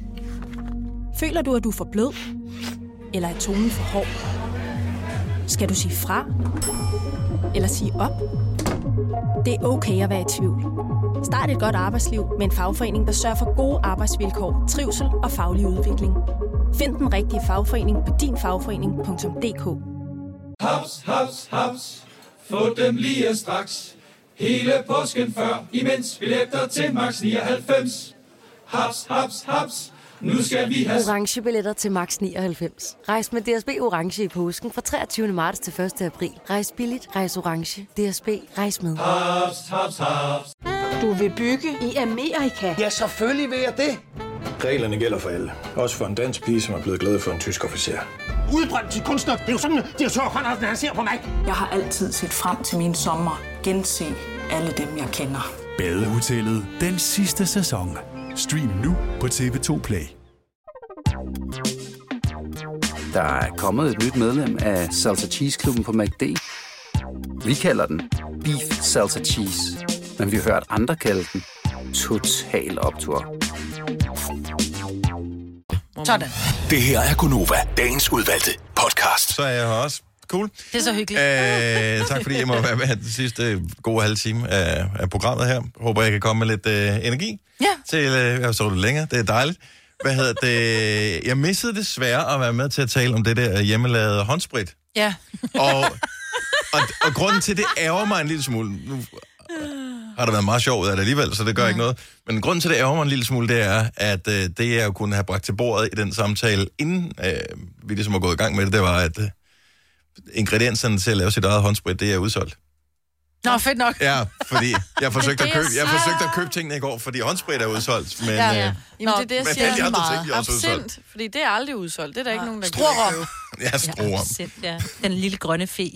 Føler du, at du er for blød? Eller er tonen for hård? Skal du sige fra? Eller sige op? Det er okay at være i tvivl. Start et godt arbejdsliv med en fagforening, der sørger for gode arbejdsvilkår, trivsel og faglig udvikling. Find den rigtige fagforening på din fagforening punktum d k. Haps, haps, haps. Få dem lige straks. Hele påsken før, imens billetter til max nioghalvfems. Haps, haps, haps. Nu skal vi have... Orange billetter til max nioghalvfems. Rejs med D S B Orange i påsken fra treogtyvende marts til første april. Rejs billigt, rejs orange. D S B, rejs med. Haps, haps, haps. Du vil bygge i Amerika? Ja, selvfølgelig vil jeg det. Reglerne gælder for alle. Også for en dansk pige, som er blevet glad for en tysk officer. Udbrændt til kunstner. Det er jo sådan, at direktør Conradsen, han ser på mig. Jeg har altid set frem til min sommer. Gense alle dem, jeg kender. Badehotellet den sidste sæson. Stream nu på T V to Play. Der er kommet et nyt medlem af Salsa Cheese Klubben på McD. Vi kalder den Beef Salsa Cheese, men vi har hørt andre kalde den Total Optur. Sådan. Det her er Gunova, dagens udvalgte podcast. Så er jeg her også. Cool. Det er så hyggeligt. Øh, tak fordi jeg må være med den sidste gode halve time af, af programmet her. Håber, jeg kan komme med lidt øh, energi Ja. til, øh, jeg har sovet lidt længere, det er dejligt. Hvad hedder det? Jeg missede desværre at være med til at tale om det der hjemmelavede håndsprit. Ja. Og, og, og grunden til, det ærger mig en lille smule. Nu har der været meget sjovt af det alligevel, så det gør mm. ikke noget. Men grunden til, at det ærger mig en lille smule, det er, at øh, det, jeg jo kunne have bragt til bordet i den samtale, inden øh, vi ligesom var gået i gang med det, det var, at øh, ingredienserne til at lave sit eget håndsprit, det er udsolgt. Nå, fedt nok. Ja, fordi jeg forsøgte, det at, købe, jeg jeg forsøgte at købe tingene i går, fordi håndsprit er udsolgt, men... Ja, ja. Øh, Jamen, det er det, jeg men siger. alle de andre ting, de er også udsolgt. Absint, fordi det er aldrig udsolgt. Det er der ikke nogen, der Strorum. købe. Ja, strorum. Ja, den lille grønne fe.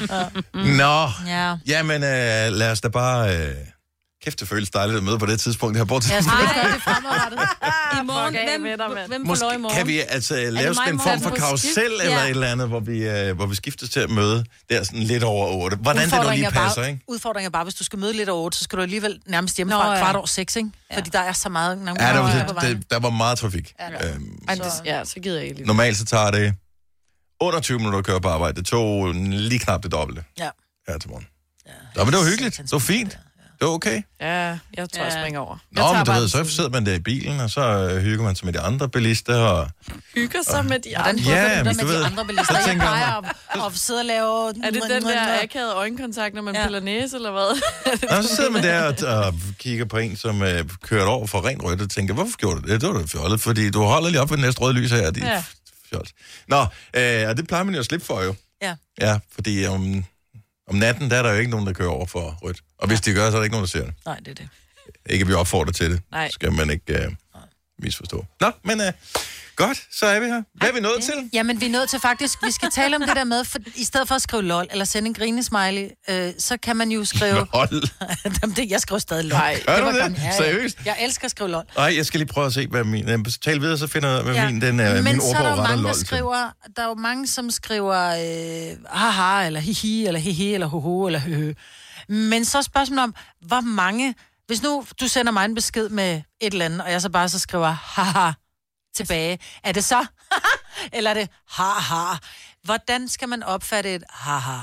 Nå, Ja. jamen øh, lad os da bare... Øh, kæft, det føles dejligt at møde på det tidspunkt her. Bort til Jeg skal ikke gøre det fremadrettet. I morgen, hvem, hvem får lov i morgen? Kan vi altså lave sådan en form for karusel eller Ja. et eller andet, hvor vi, øh, hvor vi skiftes til at møde der sådan lidt over otte? Hvordan det nu lige passer, bare, ikke? Udfordringen er bare, hvis du skal møde lidt over otte, så skal du alligevel nærmest hjemme fra Nå, ja. kvart over seks, ikke? Fordi der er så meget... Ja, der var, det, der var meget trafik. Ja, Øhm, Ej, det, ja, så gider jeg ikke lige. normalt så tager det under tyve minutter at køre på arbejde. Det tog lige knap det dobbelte Ja. her til morgen. Ja, Nå, men det var hyggeligt. Det var fint. Det var okay. Ja, jeg tror, jeg springer over. Nå, men du ved, så sidder man der i bilen, og så øh, hygger man sig med de andre bilister, og... Hygger sig med de andre. Ja, men men med du ved... de andre bilister. så Jeg tænker jeg- plejer at, at sidde og lave... Er det den der akavede øjenkontakt, når man ja. piller næse, eller hvad? Nå, så sidder man der og, og kigger på en, som øh, kører over for ren rødt, og tænker, hvorfor gjorde du det? Det var da fjollet, fordi du holder lige op ved den næste røde lys her, de Ja. fjols. Nå, øh, og det plejer man jo at slippe for jo. Ja. Ja, fordi om, om natten, der er der jo ikke nogen, der kører over for rødt. Og hvis de gør, så er der ikke nogen, der ser det. Nej, det er det. Ikke at vi opfordrer til det. Nej. Skal man ikke øh, misforstå. Nå, men øh, godt, så er vi her. Hvad er vi nået til? Jamen, vi er nødt til faktisk... Vi skal tale om det der med, for i stedet for at skrive lol, eller sende en grinesmiley, øh, så kan man jo skrive... Lol. Jamen, det, jeg skriver stadig lol. Gør du var det? gammel. Ja, ja. Seriøst? Jeg elsker at skrive lol. Nej, jeg skal lige prøve at se, hvad min... Øh, tal videre, så finder jeg ud af, hvad Ja. min, den, øh, Men min så er der ordbog jo retter mange, lol der til. skriver, der er jo mange, som skriver øh, haha, eller hihi, eller hihi, eller hoho, eller høhø. Men så er spørgsmålet om, hvor mange... Hvis nu du sender mig en besked med et eller andet, og jeg så bare så skriver haha tilbage, er det så eller er det haha? Hvordan skal man opfatte et haha?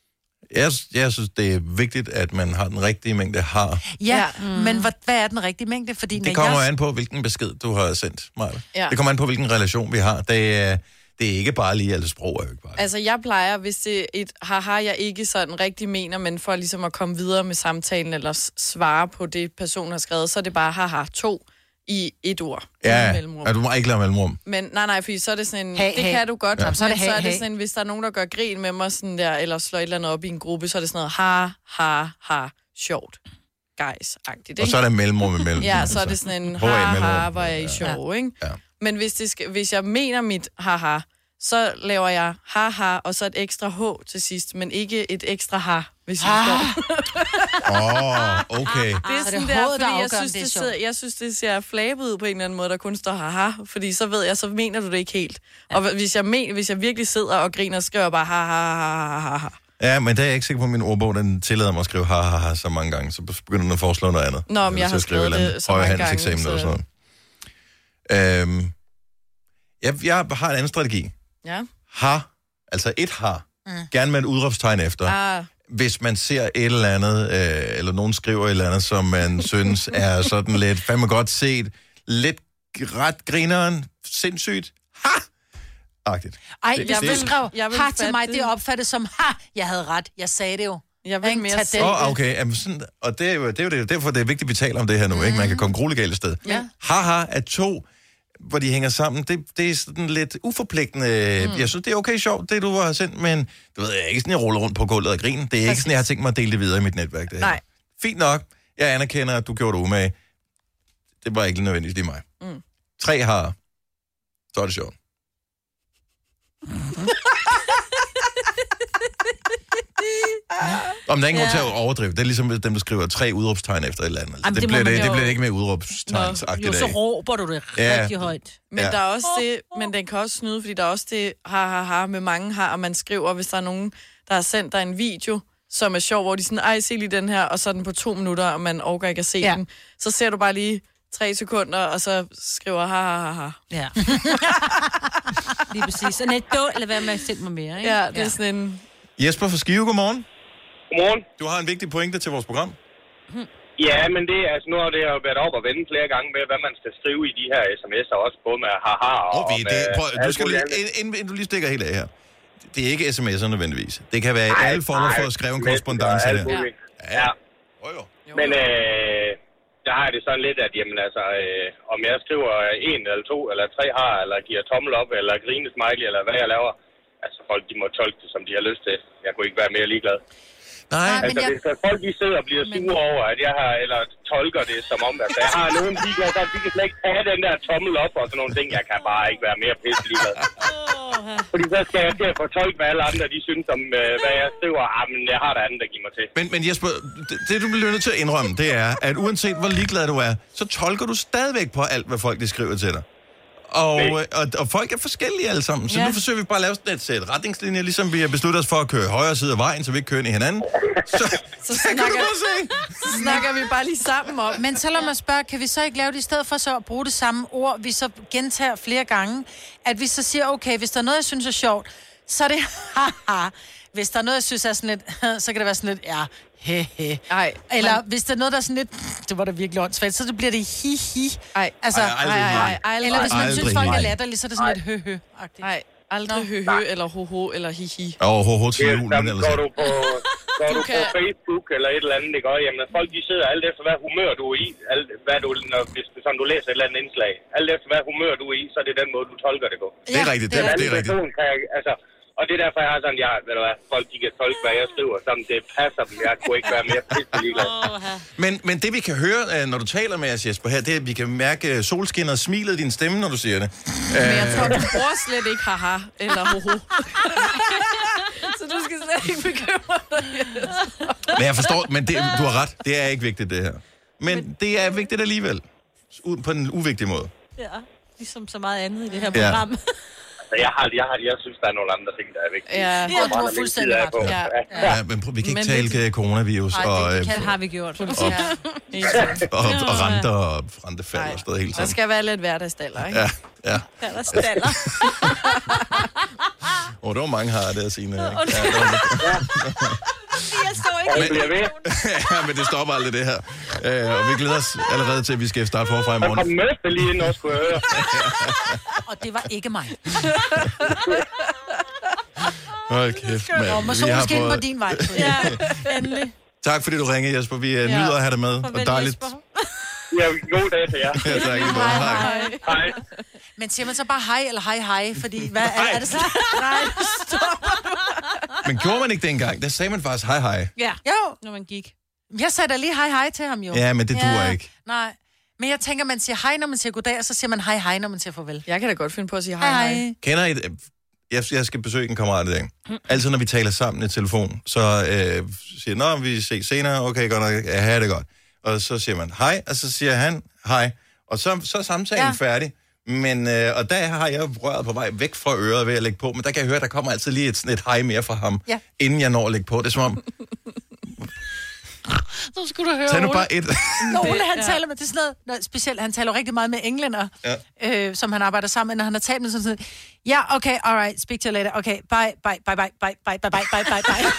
Jeg, jeg synes, det er vigtigt, at man har den rigtige mængde har. Ja, mm. men hvad, hvad er den rigtige mængde? Fordi Det når kommer jeg... an på, hvilken besked du har sendt, Maja. Ja. Det kommer an på, hvilken relation vi har. Det er, det er ikke bare lige, altså sprog er jo ikke bare. Altså, jeg plejer, hvis det er et haha, jeg ikke sådan rigtig mener, men for ligesom at komme videre med samtalen, eller s- svare på det, personen har skrevet, så er det bare haha to i et ord. Ja, mellemrum. ja, du må ikke lade mellemrum. Men nej, nej, fordi så er det sådan en, Hey, det hey. kan du godt, Ja. ja. Så er det men så hey, er det hey. sådan, hvis der er nogen, der gør grin med mig, sådan der, eller slår et eller andet op i en gruppe, så er det sådan noget ha, ha, ha, sjovt, guys-agtigt, ikke? Og så er der mellemrum imellem. Ja, så er det sådan en Hvor er ha, mellemrum? ha, hvor er I sjov, ikke? Ja. Men hvis, det skal, hvis jeg mener mit haha, så laver jeg haha, og så et ekstra h til sidst, men ikke et ekstra ha, hvis jeg forstår. Åh, oh, okay. Det er Så sådan det der, er hovedet, der fordi jeg afgør, om synes, det er det sjovt. ser, jeg synes, det ser flabet ud på en eller anden måde, der kun står haha, fordi så ved jeg, så mener du det ikke helt. Ja. Og hvis jeg, men, hvis jeg virkelig sidder og griner, så skriver jeg bare ha, ha, ha, ha, ha. Ja, men der er jeg ikke sikker på, at min ordbog, den tillader mig at skrive ha, ha, ha, så mange gange, så begynder den at foreslå noget andet. Nå, men jeg Eller har så skrive skrevet et eller andet det så mange gange, højrehandelseksamen eller så- sådan noget. Øhm, jeg, jeg har en anden strategi. Ja. Har, altså et har, mm. gerne med et udråbstegn efter. Ah. Hvis man ser et eller andet, øh, eller nogen skriver et eller andet, som man synes er sådan lidt, fandme godt set, lidt ret grineren, sindssygt, ha-agtigt. Ej, Det- hvis det- du skrev jeg vil ha fatte til mig, det. det opfattes som ha, jeg havde ret, jeg sagde det jo. Jeg vil Ikke? mere Tag se det. Åh, oh, okay. Jamen, sådan, og det er jo, det er jo det, derfor, det er vigtigt, at vi taler om det her nu, mm. ikke? Man kan komme gruelegalt sted. Ja. Haha er to, hvor de hænger sammen. Det, det er sådan lidt uforpligtende. Mm. Jeg synes, det er okay sjovt, det du har sendt, men du ved, jeg er ikke sådan, jeg ruller rundt på gulvet og griner. Det er ikke sådan, jeg har tænkt mig at dele det videre i mit netværk. Det her. Nej. Fint nok. Jeg anerkender, at du gjorde det umage. Det var ikke lige nødvendigt lige mig. Mm. Tre har. Så er det sjovt. Om der er ingen grund til at overdrive. Det er ligesom dem, der skriver tre udråbstegn efter et eller andet. Altså, Jamen, det, det må bliver man det, jo- det bliver ikke mere udråbstegnsagtigt Jo, så af. råber du det Ja. rigtig højt. Men Ja. ja. der er også det, men den kan også snyde, fordi der er også det ha, ha, ha med mange har, og man skriver, hvis der er nogen, der har sendt dig en video, som er sjov, hvor de sådan, ej, se lige den her, og så er den på to minutter, og man overgår ikke at se Ja. ja. den. Så ser du bare lige tre sekunder, og så skriver ha, ha, ha, ha. Ja. Lige præcis. Sådan et dål, eller hvad med at sende mig mere, ikke? Ja, det er sådan en... Jesper fra Skive, godmorgen. Godmorgen. Du har en vigtig pointe til vores program. Ja, men det, altså, nu har det jo været op og vende flere gange med, hvad man skal skrive i de her sms'er, også både med haha og, Og vi, og med det, prøv, du alt skal muligt lige, andet. inden, inden, inden du lige stikker helt af her. Det er ikke sms'er nødvendigvis. Det kan være Ej, alle former for ej, at skrive en messenger og korrespondance alt der. muligt. Ja. Ja. Jo, jo. Men øh, der har jeg det sådan lidt, at jamen, altså, øh, om jeg skriver en eller to eller tre har, eller giver tommel op, eller griner smiley, eller hvad jeg laver, altså folk de må tolke det, som de har lyst til. Jeg kunne ikke være mere ligeglad. Nej, altså, men jeg... hvis folk de sidder og bliver sure over, at jeg har, eller tolker det som om, at jeg har nogen ligeglad, der de kan slet ikke have den der tommel op og sådan nogle ting. Jeg kan bare ikke være mere pisse ligeglad. Fordi så skal jeg til at fortolke, hvad alle andre de synes om, øh, hvad jeg skriver. Ah, men jeg har der andet, der giver mig til. Men, men Jesper, det, det du bliver nødt til at indrømme, det er, at uanset hvor ligeglad du er, så tolker du stadigvæk på alt, hvad folk de skriver til dig. Og, og, og folk er forskellige alle sammen, så ja. Nu forsøger vi bare at lave sådan et sæt retningslinjer, ligesom vi har besluttet os for at køre højre side af vejen, så vi ikke kører ind i hinanden. Så, så, så, snakker, så snakker vi bare lige sammen om. Men så lad mig spørge, kan vi så ikke lave det i stedet for så at bruge det samme ord, vi så gentager flere gange, at vi så siger, okay, hvis der er noget, jeg synes er sjovt, så er det haha. Hvis der er noget, jeg synes er sådan lidt, så kan det være sådan lidt, ja, he-he. Ej, eller men... hvis der er noget, der er sådan lidt, det var da virkelig åndssvagt, så det bliver det hi-hi. Ej, altså, ej, aldrig, ej, ej, eller hvis man aldrig, synes, folk ej. er latterlige, så er det sådan lidt hø-hø-agtigt. Nej, aldrig hø-hø, eller ho-ho, eller hi-hi. Åh, oh, ho-ho til julen, eller går så. du på, går du du kan... på Facebook eller et eller andet, det gør, jamen folk de sidder alt efter, hvad humør du er i, alt, hvad du, når, hvis sådan, du læser et eller andet indslag, alt efter, hvad humør du er i, så er det den måde, du tolker det på. Det er rigtigt, det er, det er rigtigt. Kan jeg, altså, og det er derfor, jeg har sådan, jeg, ved du hvad, folk de kan tolke, hvad jeg skriver, sådan det passer dem. Jeg kunne ikke være mere pisse ligeglad. Men, men det vi kan høre, når du taler med os, Jesper, her, det er, at vi kan mærke solskinnet og smilet i din stemme, når du siger det. Men jeg tror, du bruger slet ikke haha eller hoho. Så du skal slet ikke bekymre dig. Men jeg forstår, men det, du har ret, det er ikke vigtigt, det her. Men det er vigtigt alligevel. På en uvigtig måde. Ja, ligesom så meget andet i det her program. Ja. Jeg, har, jeg, har, jeg synes, der er nogle andre ting, der er vigtige. Ja, ja du har fuldstændig ret. Ja. Ja. Ja, men vi kan ikke men tale det... coronavirus. Ej, og, det kan, har vi gjort. Og, og, og, og renter og rentefald og sådan hele tiden. Der skal være lidt hverdagsdaller, ikke? Ja, ja. Hverdagsdaller. Åh, oh, det var mange har det at sige. Ja, jeg står ikke men, ja, men det stopper aldrig det her. Uh, og vi glæder os allerede til, at vi skal starte forfra i morgen. Der kom med lige ind, også skulle jeg høre. Og det var ikke mig. Hold kæft, mand. Og må solen skinne på din vej. Ja, endelig. Tak fordi du ringede, Jesper. Vi ja. nyder at have dig med. Farvel, og dejligt. Ja, god dag til jer. Ja, tak. Hej, hej. Hej. Men siger man så bare hej eller hej hej? Fordi hvad er, er det så? Nej, stopper. Men gjorde man ikke det engang? Der sagde man faktisk hej hej. Ja, jo. Når man gik. Jeg sagde da lige hej hej til ham jo. Ja, men det duer ikke. Nej. Men jeg tænker, man siger hej, når man siger goddag, og så siger man hej hej, når man siger farvel. Jeg kan da godt finde på at sige hej hej. hej. Kender I det? Jeg, jeg skal besøge en kammerat i dag. Altid når vi taler sammen i telefon, så øh, siger nå, vi ses senere, okay, godt nok, ja, have det godt. Og så siger man hej, og så siger han hej. Og så, så er samtalen ja. færdig. Men, øh, og der har jeg røret på vej væk fra øret ved at lægge på, men der kan jeg høre, at der kommer altid lige et, sådan et hej mere fra ham, ja. inden jeg når at lægge på. Det er som om... Så skulle du høre Tag nu bare et. Nå, Ole, han taler med det sådan noget, når, specielt, han taler rigtig meget med englænder, ja. øh, som han arbejder sammen med, når han har talt med sådan noget. Ja, okay, alright, speak to you later. Okay, bye, bye, bye, bye, bye, bye, bye, bye, bye, bye, bye.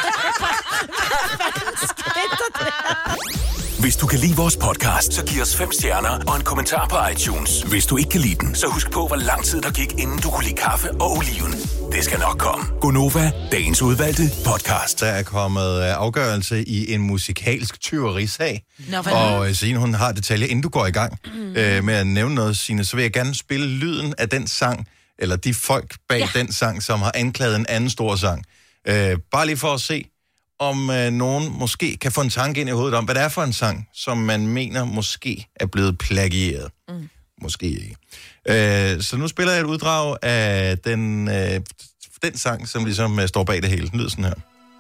Hvis du kan lide vores podcast, så giv os fem stjerner og en kommentar på iTunes. Hvis du ikke kan lide den, så husk på, hvor lang tid der gik, inden du kunne lide kaffe og oliven. Det skal nok komme. Gonova, dagens udvalgte podcast. Der er kommet afgørelse i en musikalsk tyverisag. Nå, og Signe, hun har detaljer, inden du går i gang mm. øh, med at nævne noget, Signe, så vil jeg gerne spille lyden af den sang, eller de folk bag ja. den sang, som har anklaget en anden stor sang. Øh, bare lige for at se, om øh, nogen måske kan få en tanke ind i hovedet om, hvad det er for en sang, som man mener måske er blevet plagieret. Mm. Måske ikke. Øh, så nu spiller jeg et uddrag af den, øh, den sang, som ligesom øh, står bag det hele. Den lyder sådan her.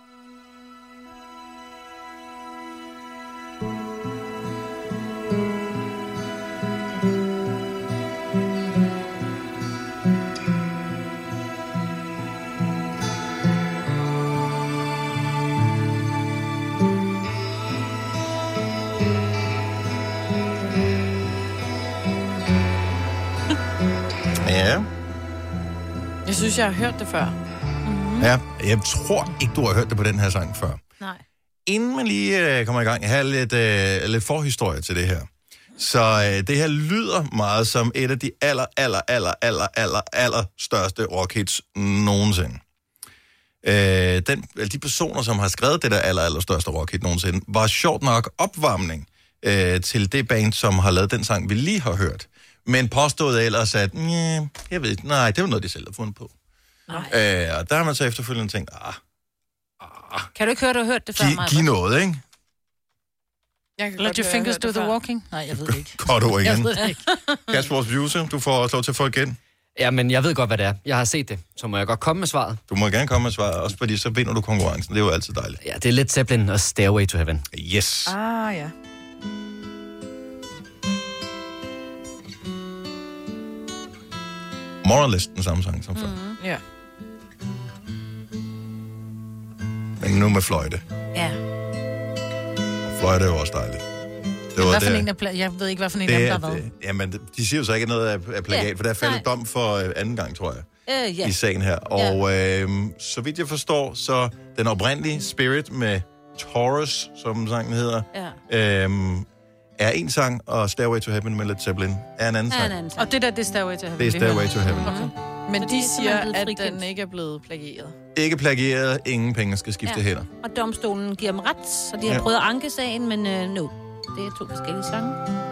Ja. Jeg synes, jeg har hørt det før. Mm-hmm. Ja, jeg tror ikke, du har hørt det på den her sang før. Nej. Inden man lige øh, kommer i gang, jeg har lidt, øh, lidt forhistorie til det her. Så øh, det her lyder meget som et af de aller, aller, aller, aller, aller, aller største rockhits nogensinde. øh, den, de personer, som har skrevet det der aller, aller største rockhit nogensinde, var sjovt nok opvarmning øh, til det band, som har lavet den sang, vi lige har hørt. Men påstod ellers, at jeg ved ikke, nej, det var noget, de selv har fundet på. Øh, og der har man så efterfølgende tænkt, ah, ah. Kan du ikke høre, du har hørt det før, Giv, giv noget, ikke? Let your fingers do the walking. Nej, jeg ved det ikke. Godt ord igen. Jeg ved det ikke. Kasper, vores producer, du får også lov til at få igen. Ja, men jeg ved godt, hvad det er. Jeg har set det, så må jeg godt komme med svaret. Du må gerne komme med svaret, også fordi så vinder du konkurrencen. Det er jo altid dejligt. Ja, det er Led Zeppelin og Stairway to Heaven. Yes. Ah, ja. More or less den samme sang som før. Mm. Ja. Men nu med fløjte. Ja. Og fløjte er jo også dejligt. Det Hvad var for det, en af pla- jeg ved ikke, hvad for en af dem, der har været. det, jamen, de siger jo så ikke noget af, af plagiat, Ja, for der er faldet nej. dom for øh, anden gang, tror jeg, Øh, ja. i sagen her. Og øh, så vidt jeg forstår, så den oprindelige Spirit med Taurus, som sangen hedder, Ja. øh, er en sang, og Stairway to Heaven med Led Zeppelin er en anden Ja, sang. en anden sang. Og det der, det er Stairway to Heaven. Det er Stairway to Heaven. Okay. Men Så de det er siger, simpelthen at blevet frikendt. den ikke er blevet plagieret. Ikke plagieret, ingen penge skal skifte Ja. hænder. Og domstolen giver dem ret, så de har Ja. prøvet at anke sagen, men uh, no. Det er to forskellige sange.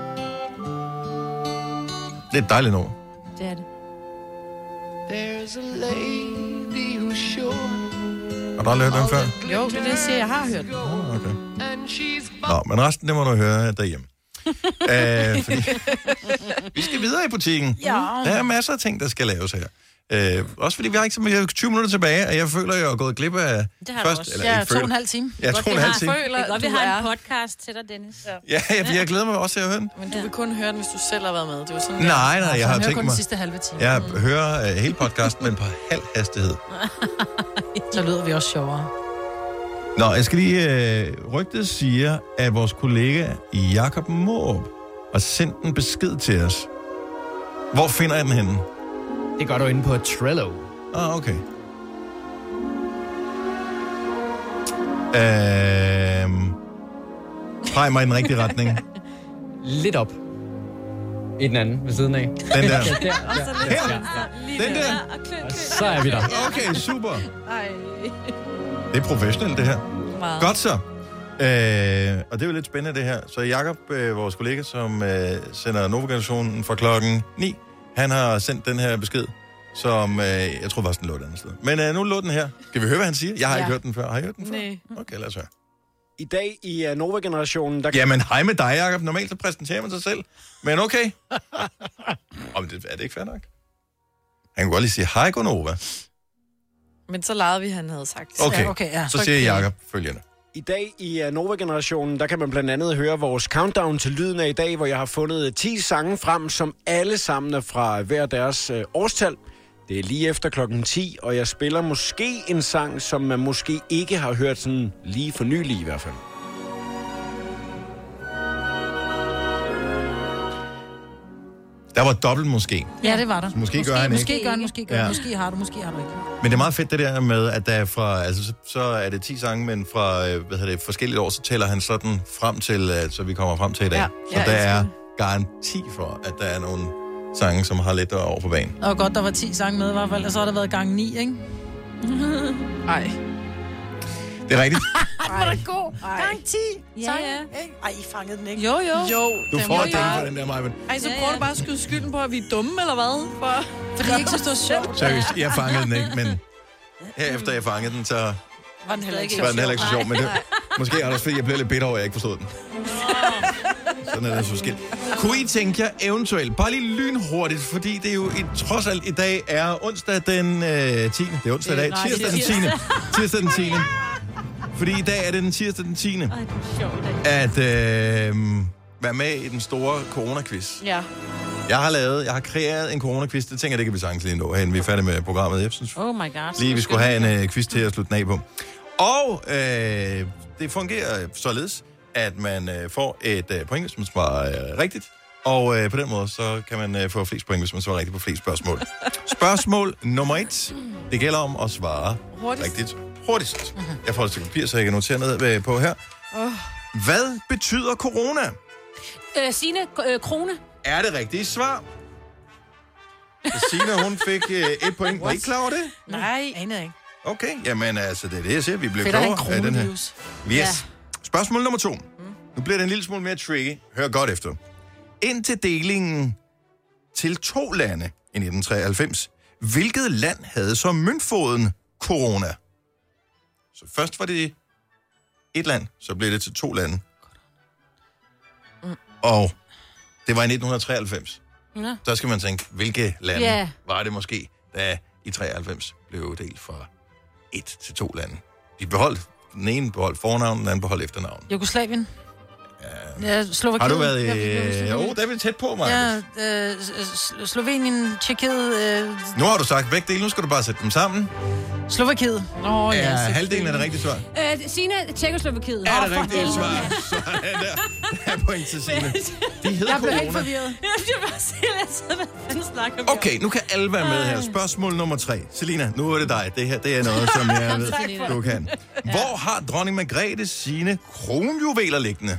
Det er et dejligt nummer. Det er det. There's a lady who's sure. Har du aldrig hørt den før? Jo, det er det, jeg siger, jeg har hørt. Okay. Nå, men resten, det må du høre derhjemme. Æh, fordi vi skal videre i butikken. Ja. Der er masser af ting, der skal laves her. Øh, også fordi vi har ikke så meget tyve minutter tilbage, og jeg føler, jeg er gået glip af Det har du først, også. eller Ja, ikke to og føler. en halv time. Ja, to og en halv time. Det er godt, vi du har er- en podcast til dig, Dennis. Ja. Ja, jeg, jeg glæder mig også til at høre den. Men du vil kun høre den, hvis du selv har været med. Det er jo sådan, Nej, nej, jeg har Han hører tænkt kun mig. den sidste halve time. Jeg hører uh, hele podcasten, men på halv hastighed. Så lyder vi også sjovere. Nå, jeg skal lige... Øh, rygtet siger, at vores kollega Jakob Måb har sendt en besked til os. Hvor finder jeg den henne? Det gør du inde på Trello. Ah, okay. Øhm... Peg mig i den rigtige retning. Lidt op. I den anden, ved siden af. Den der. Ja, der. Og så lidt Her. venstre, lige Den der. og klø, klø. Så er vi der. Okay, super. Ej. Det er professionelt, det her. Meget. Godt så. Øh, og det er jo lidt spændende, det her. Så Jakob, øh, vores kollega, som øh, sender Nova-generationen fra klokken ni, han har sendt den her besked, som øh, jeg tror faktisk, den lå et andet sted. Men øh, nu lå den her. Skal vi høre, hvad han siger? Jeg har ja. ikke hørt den før. Har I hørt den før? Nej. Okay, lad os høre. I dag i uh, Nova-generationen, der... Jamen, hej med dig, Jacob. Normalt så præsenterer man sig selv. Men okay. oh, men det, er det ikke fair nok? Han kunne godt lige sige, hej Gonova. Men så legede vi, han havde sagt. Okay, Ja, okay, ja. så siger Jacob følgende. I dag i uh, Nova-generationen, der kan man blandt andet høre vores countdown til lyden af i dag, hvor jeg har fundet ti sange frem, som alle sammen er fra hver deres uh, årstal. Det er lige efter klokken ti, og jeg spiller måske en sang, som man måske ikke har hørt sådan lige for nylig i hvert fald. Der var dobbelt måske. Ja, det var der. Så måske gør han måske ikke. Gør han, måske gør Ja. han, måske har du, måske har du ikke. Men det er meget fedt det der med, at der er fra, altså så, så er det ti sange, men fra, øh, hvad hedder det, forskellige år, så tæller han sådan frem til, øh, så vi kommer frem til i dag. Ja, så jeg der elsker er det. garanti for, at der er nogle sange, som har lidt over på banen. Og godt, der var ti sange med i hvert fald, og så har der været gang ni, ikke? Ej. Det er rigtigt. Ej, hvor er det god. Gang ti. Ja, sange, ja. ikke? Ej, I fangede den ikke. Jo, jo. Jo. Du den får må et ding bare- for den der, Majben. Ej, så Ja, prøver ja. du bare at skyde skylden på, at vi er dumme, eller hvad? For... Fordi det ikke så stort sjovt. Seriøst, jeg fangede den ikke, men herefter jeg fangede den, så Var den heller ikke var den heller ikke så sjov. Men det, måske er det også fordi, jeg blev lidt bitter over, at jeg ikke forstod den. Sådan er det så forskelligt. Kunne I tænke jer eventuelt, bare lige lynhurtigt, fordi det er jo i, trods alt i dag er onsdag den øh, tiende. Det er onsdag i dag. Nej, Tirsdag det den er tiende. Tirsdag den tiende. Fordi i dag er det den tirsdag den tiende. Ej, det er sjovt i dag. At øh, være med i den store coronaquiz. Ja. Jeg har lavet, jeg har kreeret en coronaquiz. Det tænker jeg, det kan vi sagtens lige nå, hen vi er færdige med programmet. Jeg synes Oh my god. lige, vi skulle have en øh, quiz til at slutte den af på. Og øh, det fungerer således, at man øh, får et øh, point, hvis man svarer øh, rigtigt. Og øh, på den måde, så kan man øh, få flest point, hvis man svarer rigtigt på flest spørgsmål. Spørgsmål nummer et. Det gælder om at svare Hurtigst. rigtigt hurtigst. Jeg får et stykke papir, så jeg kan notere ned øh, på her. Oh. Hvad betyder corona? Øh, Signe, øh, krone. Er det rigtige svar? Signe, hun fik øh, et point. Var I ikke klar over det? Nej. Anede ikke. Okay, jamen altså, det er det, jeg siger. Vi bliver Fedt at have en klogere af den her. kronevirus. Yes. Ja. Spørgsmål nummer to. Nu bliver det en lille smule mere tricky. Hør godt efter. Indtil delingen til to lande i nitten treoghalvfems, hvilket land havde så møntfoden corona? Så først var det et land, så blev det til to lande. Og det var i nitten treoghalvfems. Nå. Så skal man tænke, hvilke lande Ja. var det måske, da i treoghalvfems blev delt fra et til to lande. De beholdt, den ene beholdt fornavn, den anden beholdt efternavn. Jugoslavien. Ja, Slovakiet. Har du været i... Ja, Jo, der er vi tæt på, mig. Ja, øh, Sl- Slovenien, Tjekkiet, øh, Nu har du sagt begge dele, nu skal du bare sætte dem sammen. Slovakiet. Nå, Ja, halvdelen er det rigtige svar. Øh, Signe, Tjekkoslovakiet. Er det rigtige svar? Sådan der. Der er point til Signe. De hedder Jeg blev helt corona. forvirret. Jeg bliver bare se, hvad jeg sidder, hvad fanden snakker vi om? Okay, nu kan alle være med her. Spørgsmål nummer tre. Selina, nu er det dig. Det her, det er noget, som jeg ved, Tak. du kan. Hvor har dronning Margrethe sine kronjuveler liggende?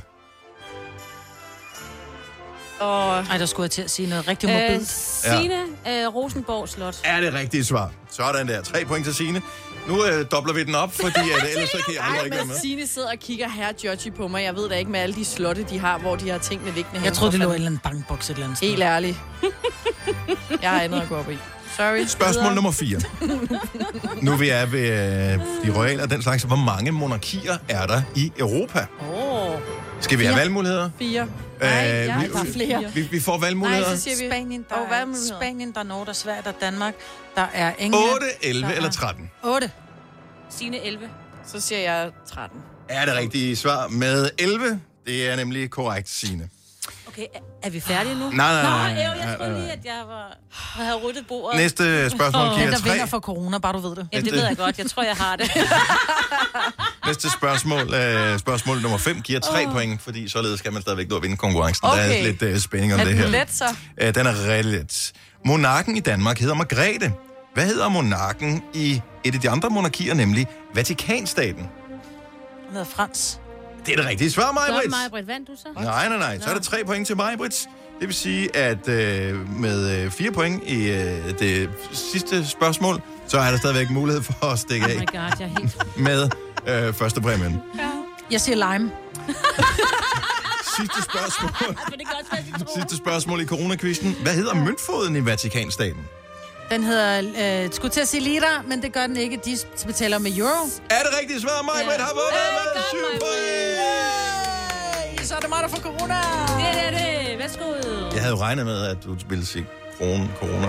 Og... Ej, der skulle jeg til at sige noget rigtig Øh, mobilt. Signe, øh, Rosenborg Slot. Er det rigtige svar? Sådan der. Tre point til Signe. Nu øh, dobler vi den op, fordi at, ellers så kan jeg andre Ej, ikke være men med. Signe sidder og kigger her Judgy på mig. Jeg ved da ikke med alle de slotte, de har, hvor de har tingene liggende. Jeg troede, det lå i en eller anden bankboks et eller andet sted. Helt ærligt. Jeg har andet at gå op i. Sorry. Spørgsmål nummer fire. Nu vi er ved øh, de royale og den slags. Hvor mange monarkier er der i Europa? Åh. Skal vi have valgmuligheder? Fire. Nej, jeg vi, har bare flere. Vi, vi får valgmuligheder. Nej, så siger vi Spanien, der, Og hvad er, med Spanien, der er Norge, der er Sverige, der er Danmark, der er England. otte, elleve der eller er- tretten? otte. Signe elleve. Så siger jeg tretten. Er det rigtige svar med elleve? Det er nemlig korrekt, Signe. Okay, er, er vi færdige nu? Nej, nej, nej. Nå, jo, jeg Nej, troede nej, lige, at jeg var, havde ryddet bordet. Næste spørgsmål giver Den, der tre. vinder for corona, bare du ved det. Ja, det ved jeg godt. Jeg tror, jeg har det. Næste spørgsmål, øh, spørgsmål nummer fem, giver tre oh. point, fordi således skal man stadigvæk nå at vinde konkurrencen. Okay. Der er lidt øh, spænding om Er det den her. let, så? Øh, den er rigtig let. Monarken i Danmark hedder Margrethe. Hvad hedder monarken i et af de andre monarkier, nemlig Vatikanstaten? Den hedder Frans. Det er det rigtige svar, Så, Maj-Brit. Maj-Brit, vandt du så? Nej, nej, nej. Så er der tre point til Maj-Brit. Det vil sige, at øh, med øh, fire point i øh, det sidste spørgsmål, så er der stadigvæk mulighed for at stikke Oh af my god, jeg er helt... med øh, første præmien. Jeg siger lime. Sidste spørgsmål. Men det kan også være citron. Sidste spørgsmål i coronakvisten. Hvad hedder møntfoden i Vatikanstaten? Den hedder, øh, skulle til at sige liter, men det gør den ikke. De betaler med euro. Er det rigtigt svar? Maj-Brit har vundet med syv point. Så er det mig, der får corona. Det er det. Værsgo. Jeg havde jo regnet med, at du ville sige corona. corona.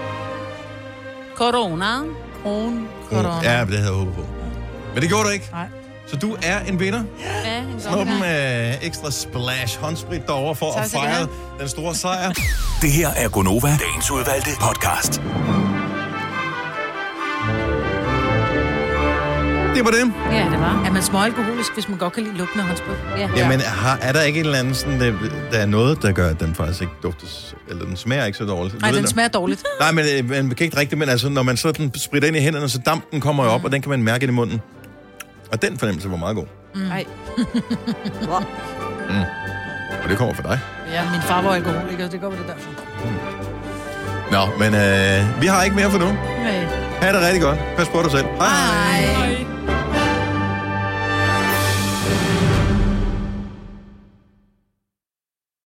Corona. Corona. corona. Ja, det havde jeg håbet på. Men det gjorde du ikke. Nej. Så du er en vinder. Ja, en god Snuppen gang. med ekstra splash håndsprit derovre for Tak at skal du fejre have. den store sejr. Det her er Gonova, dagens udvalgte podcast. Det var det. Ja, det var. Er man småalkoholisk, hvis man godt kan lide lugten af håndsprit? Ja. Jamen, har, er der ikke en eller anden sådan, der, der er noget, der gør, at den faktisk ikke dufter, eller den smager ikke så dårligt? Nej, Du ved den det. smager dårligt. Nej, men øh, man kan ikke drikke det, men altså, når man så den spritter ind i hænderne, så dampen kommer jo op, og den kan man mærke i munden. Og den fornemmelse var meget god. Nej. Mm. Og det kommer fra dig. Ja, min far var alkoholiker, det går det derfor. Nå, men øh, vi har ikke mere for nu. Nej. Ha' det rigtig godt. Pas på dig selv. Hej. Hej.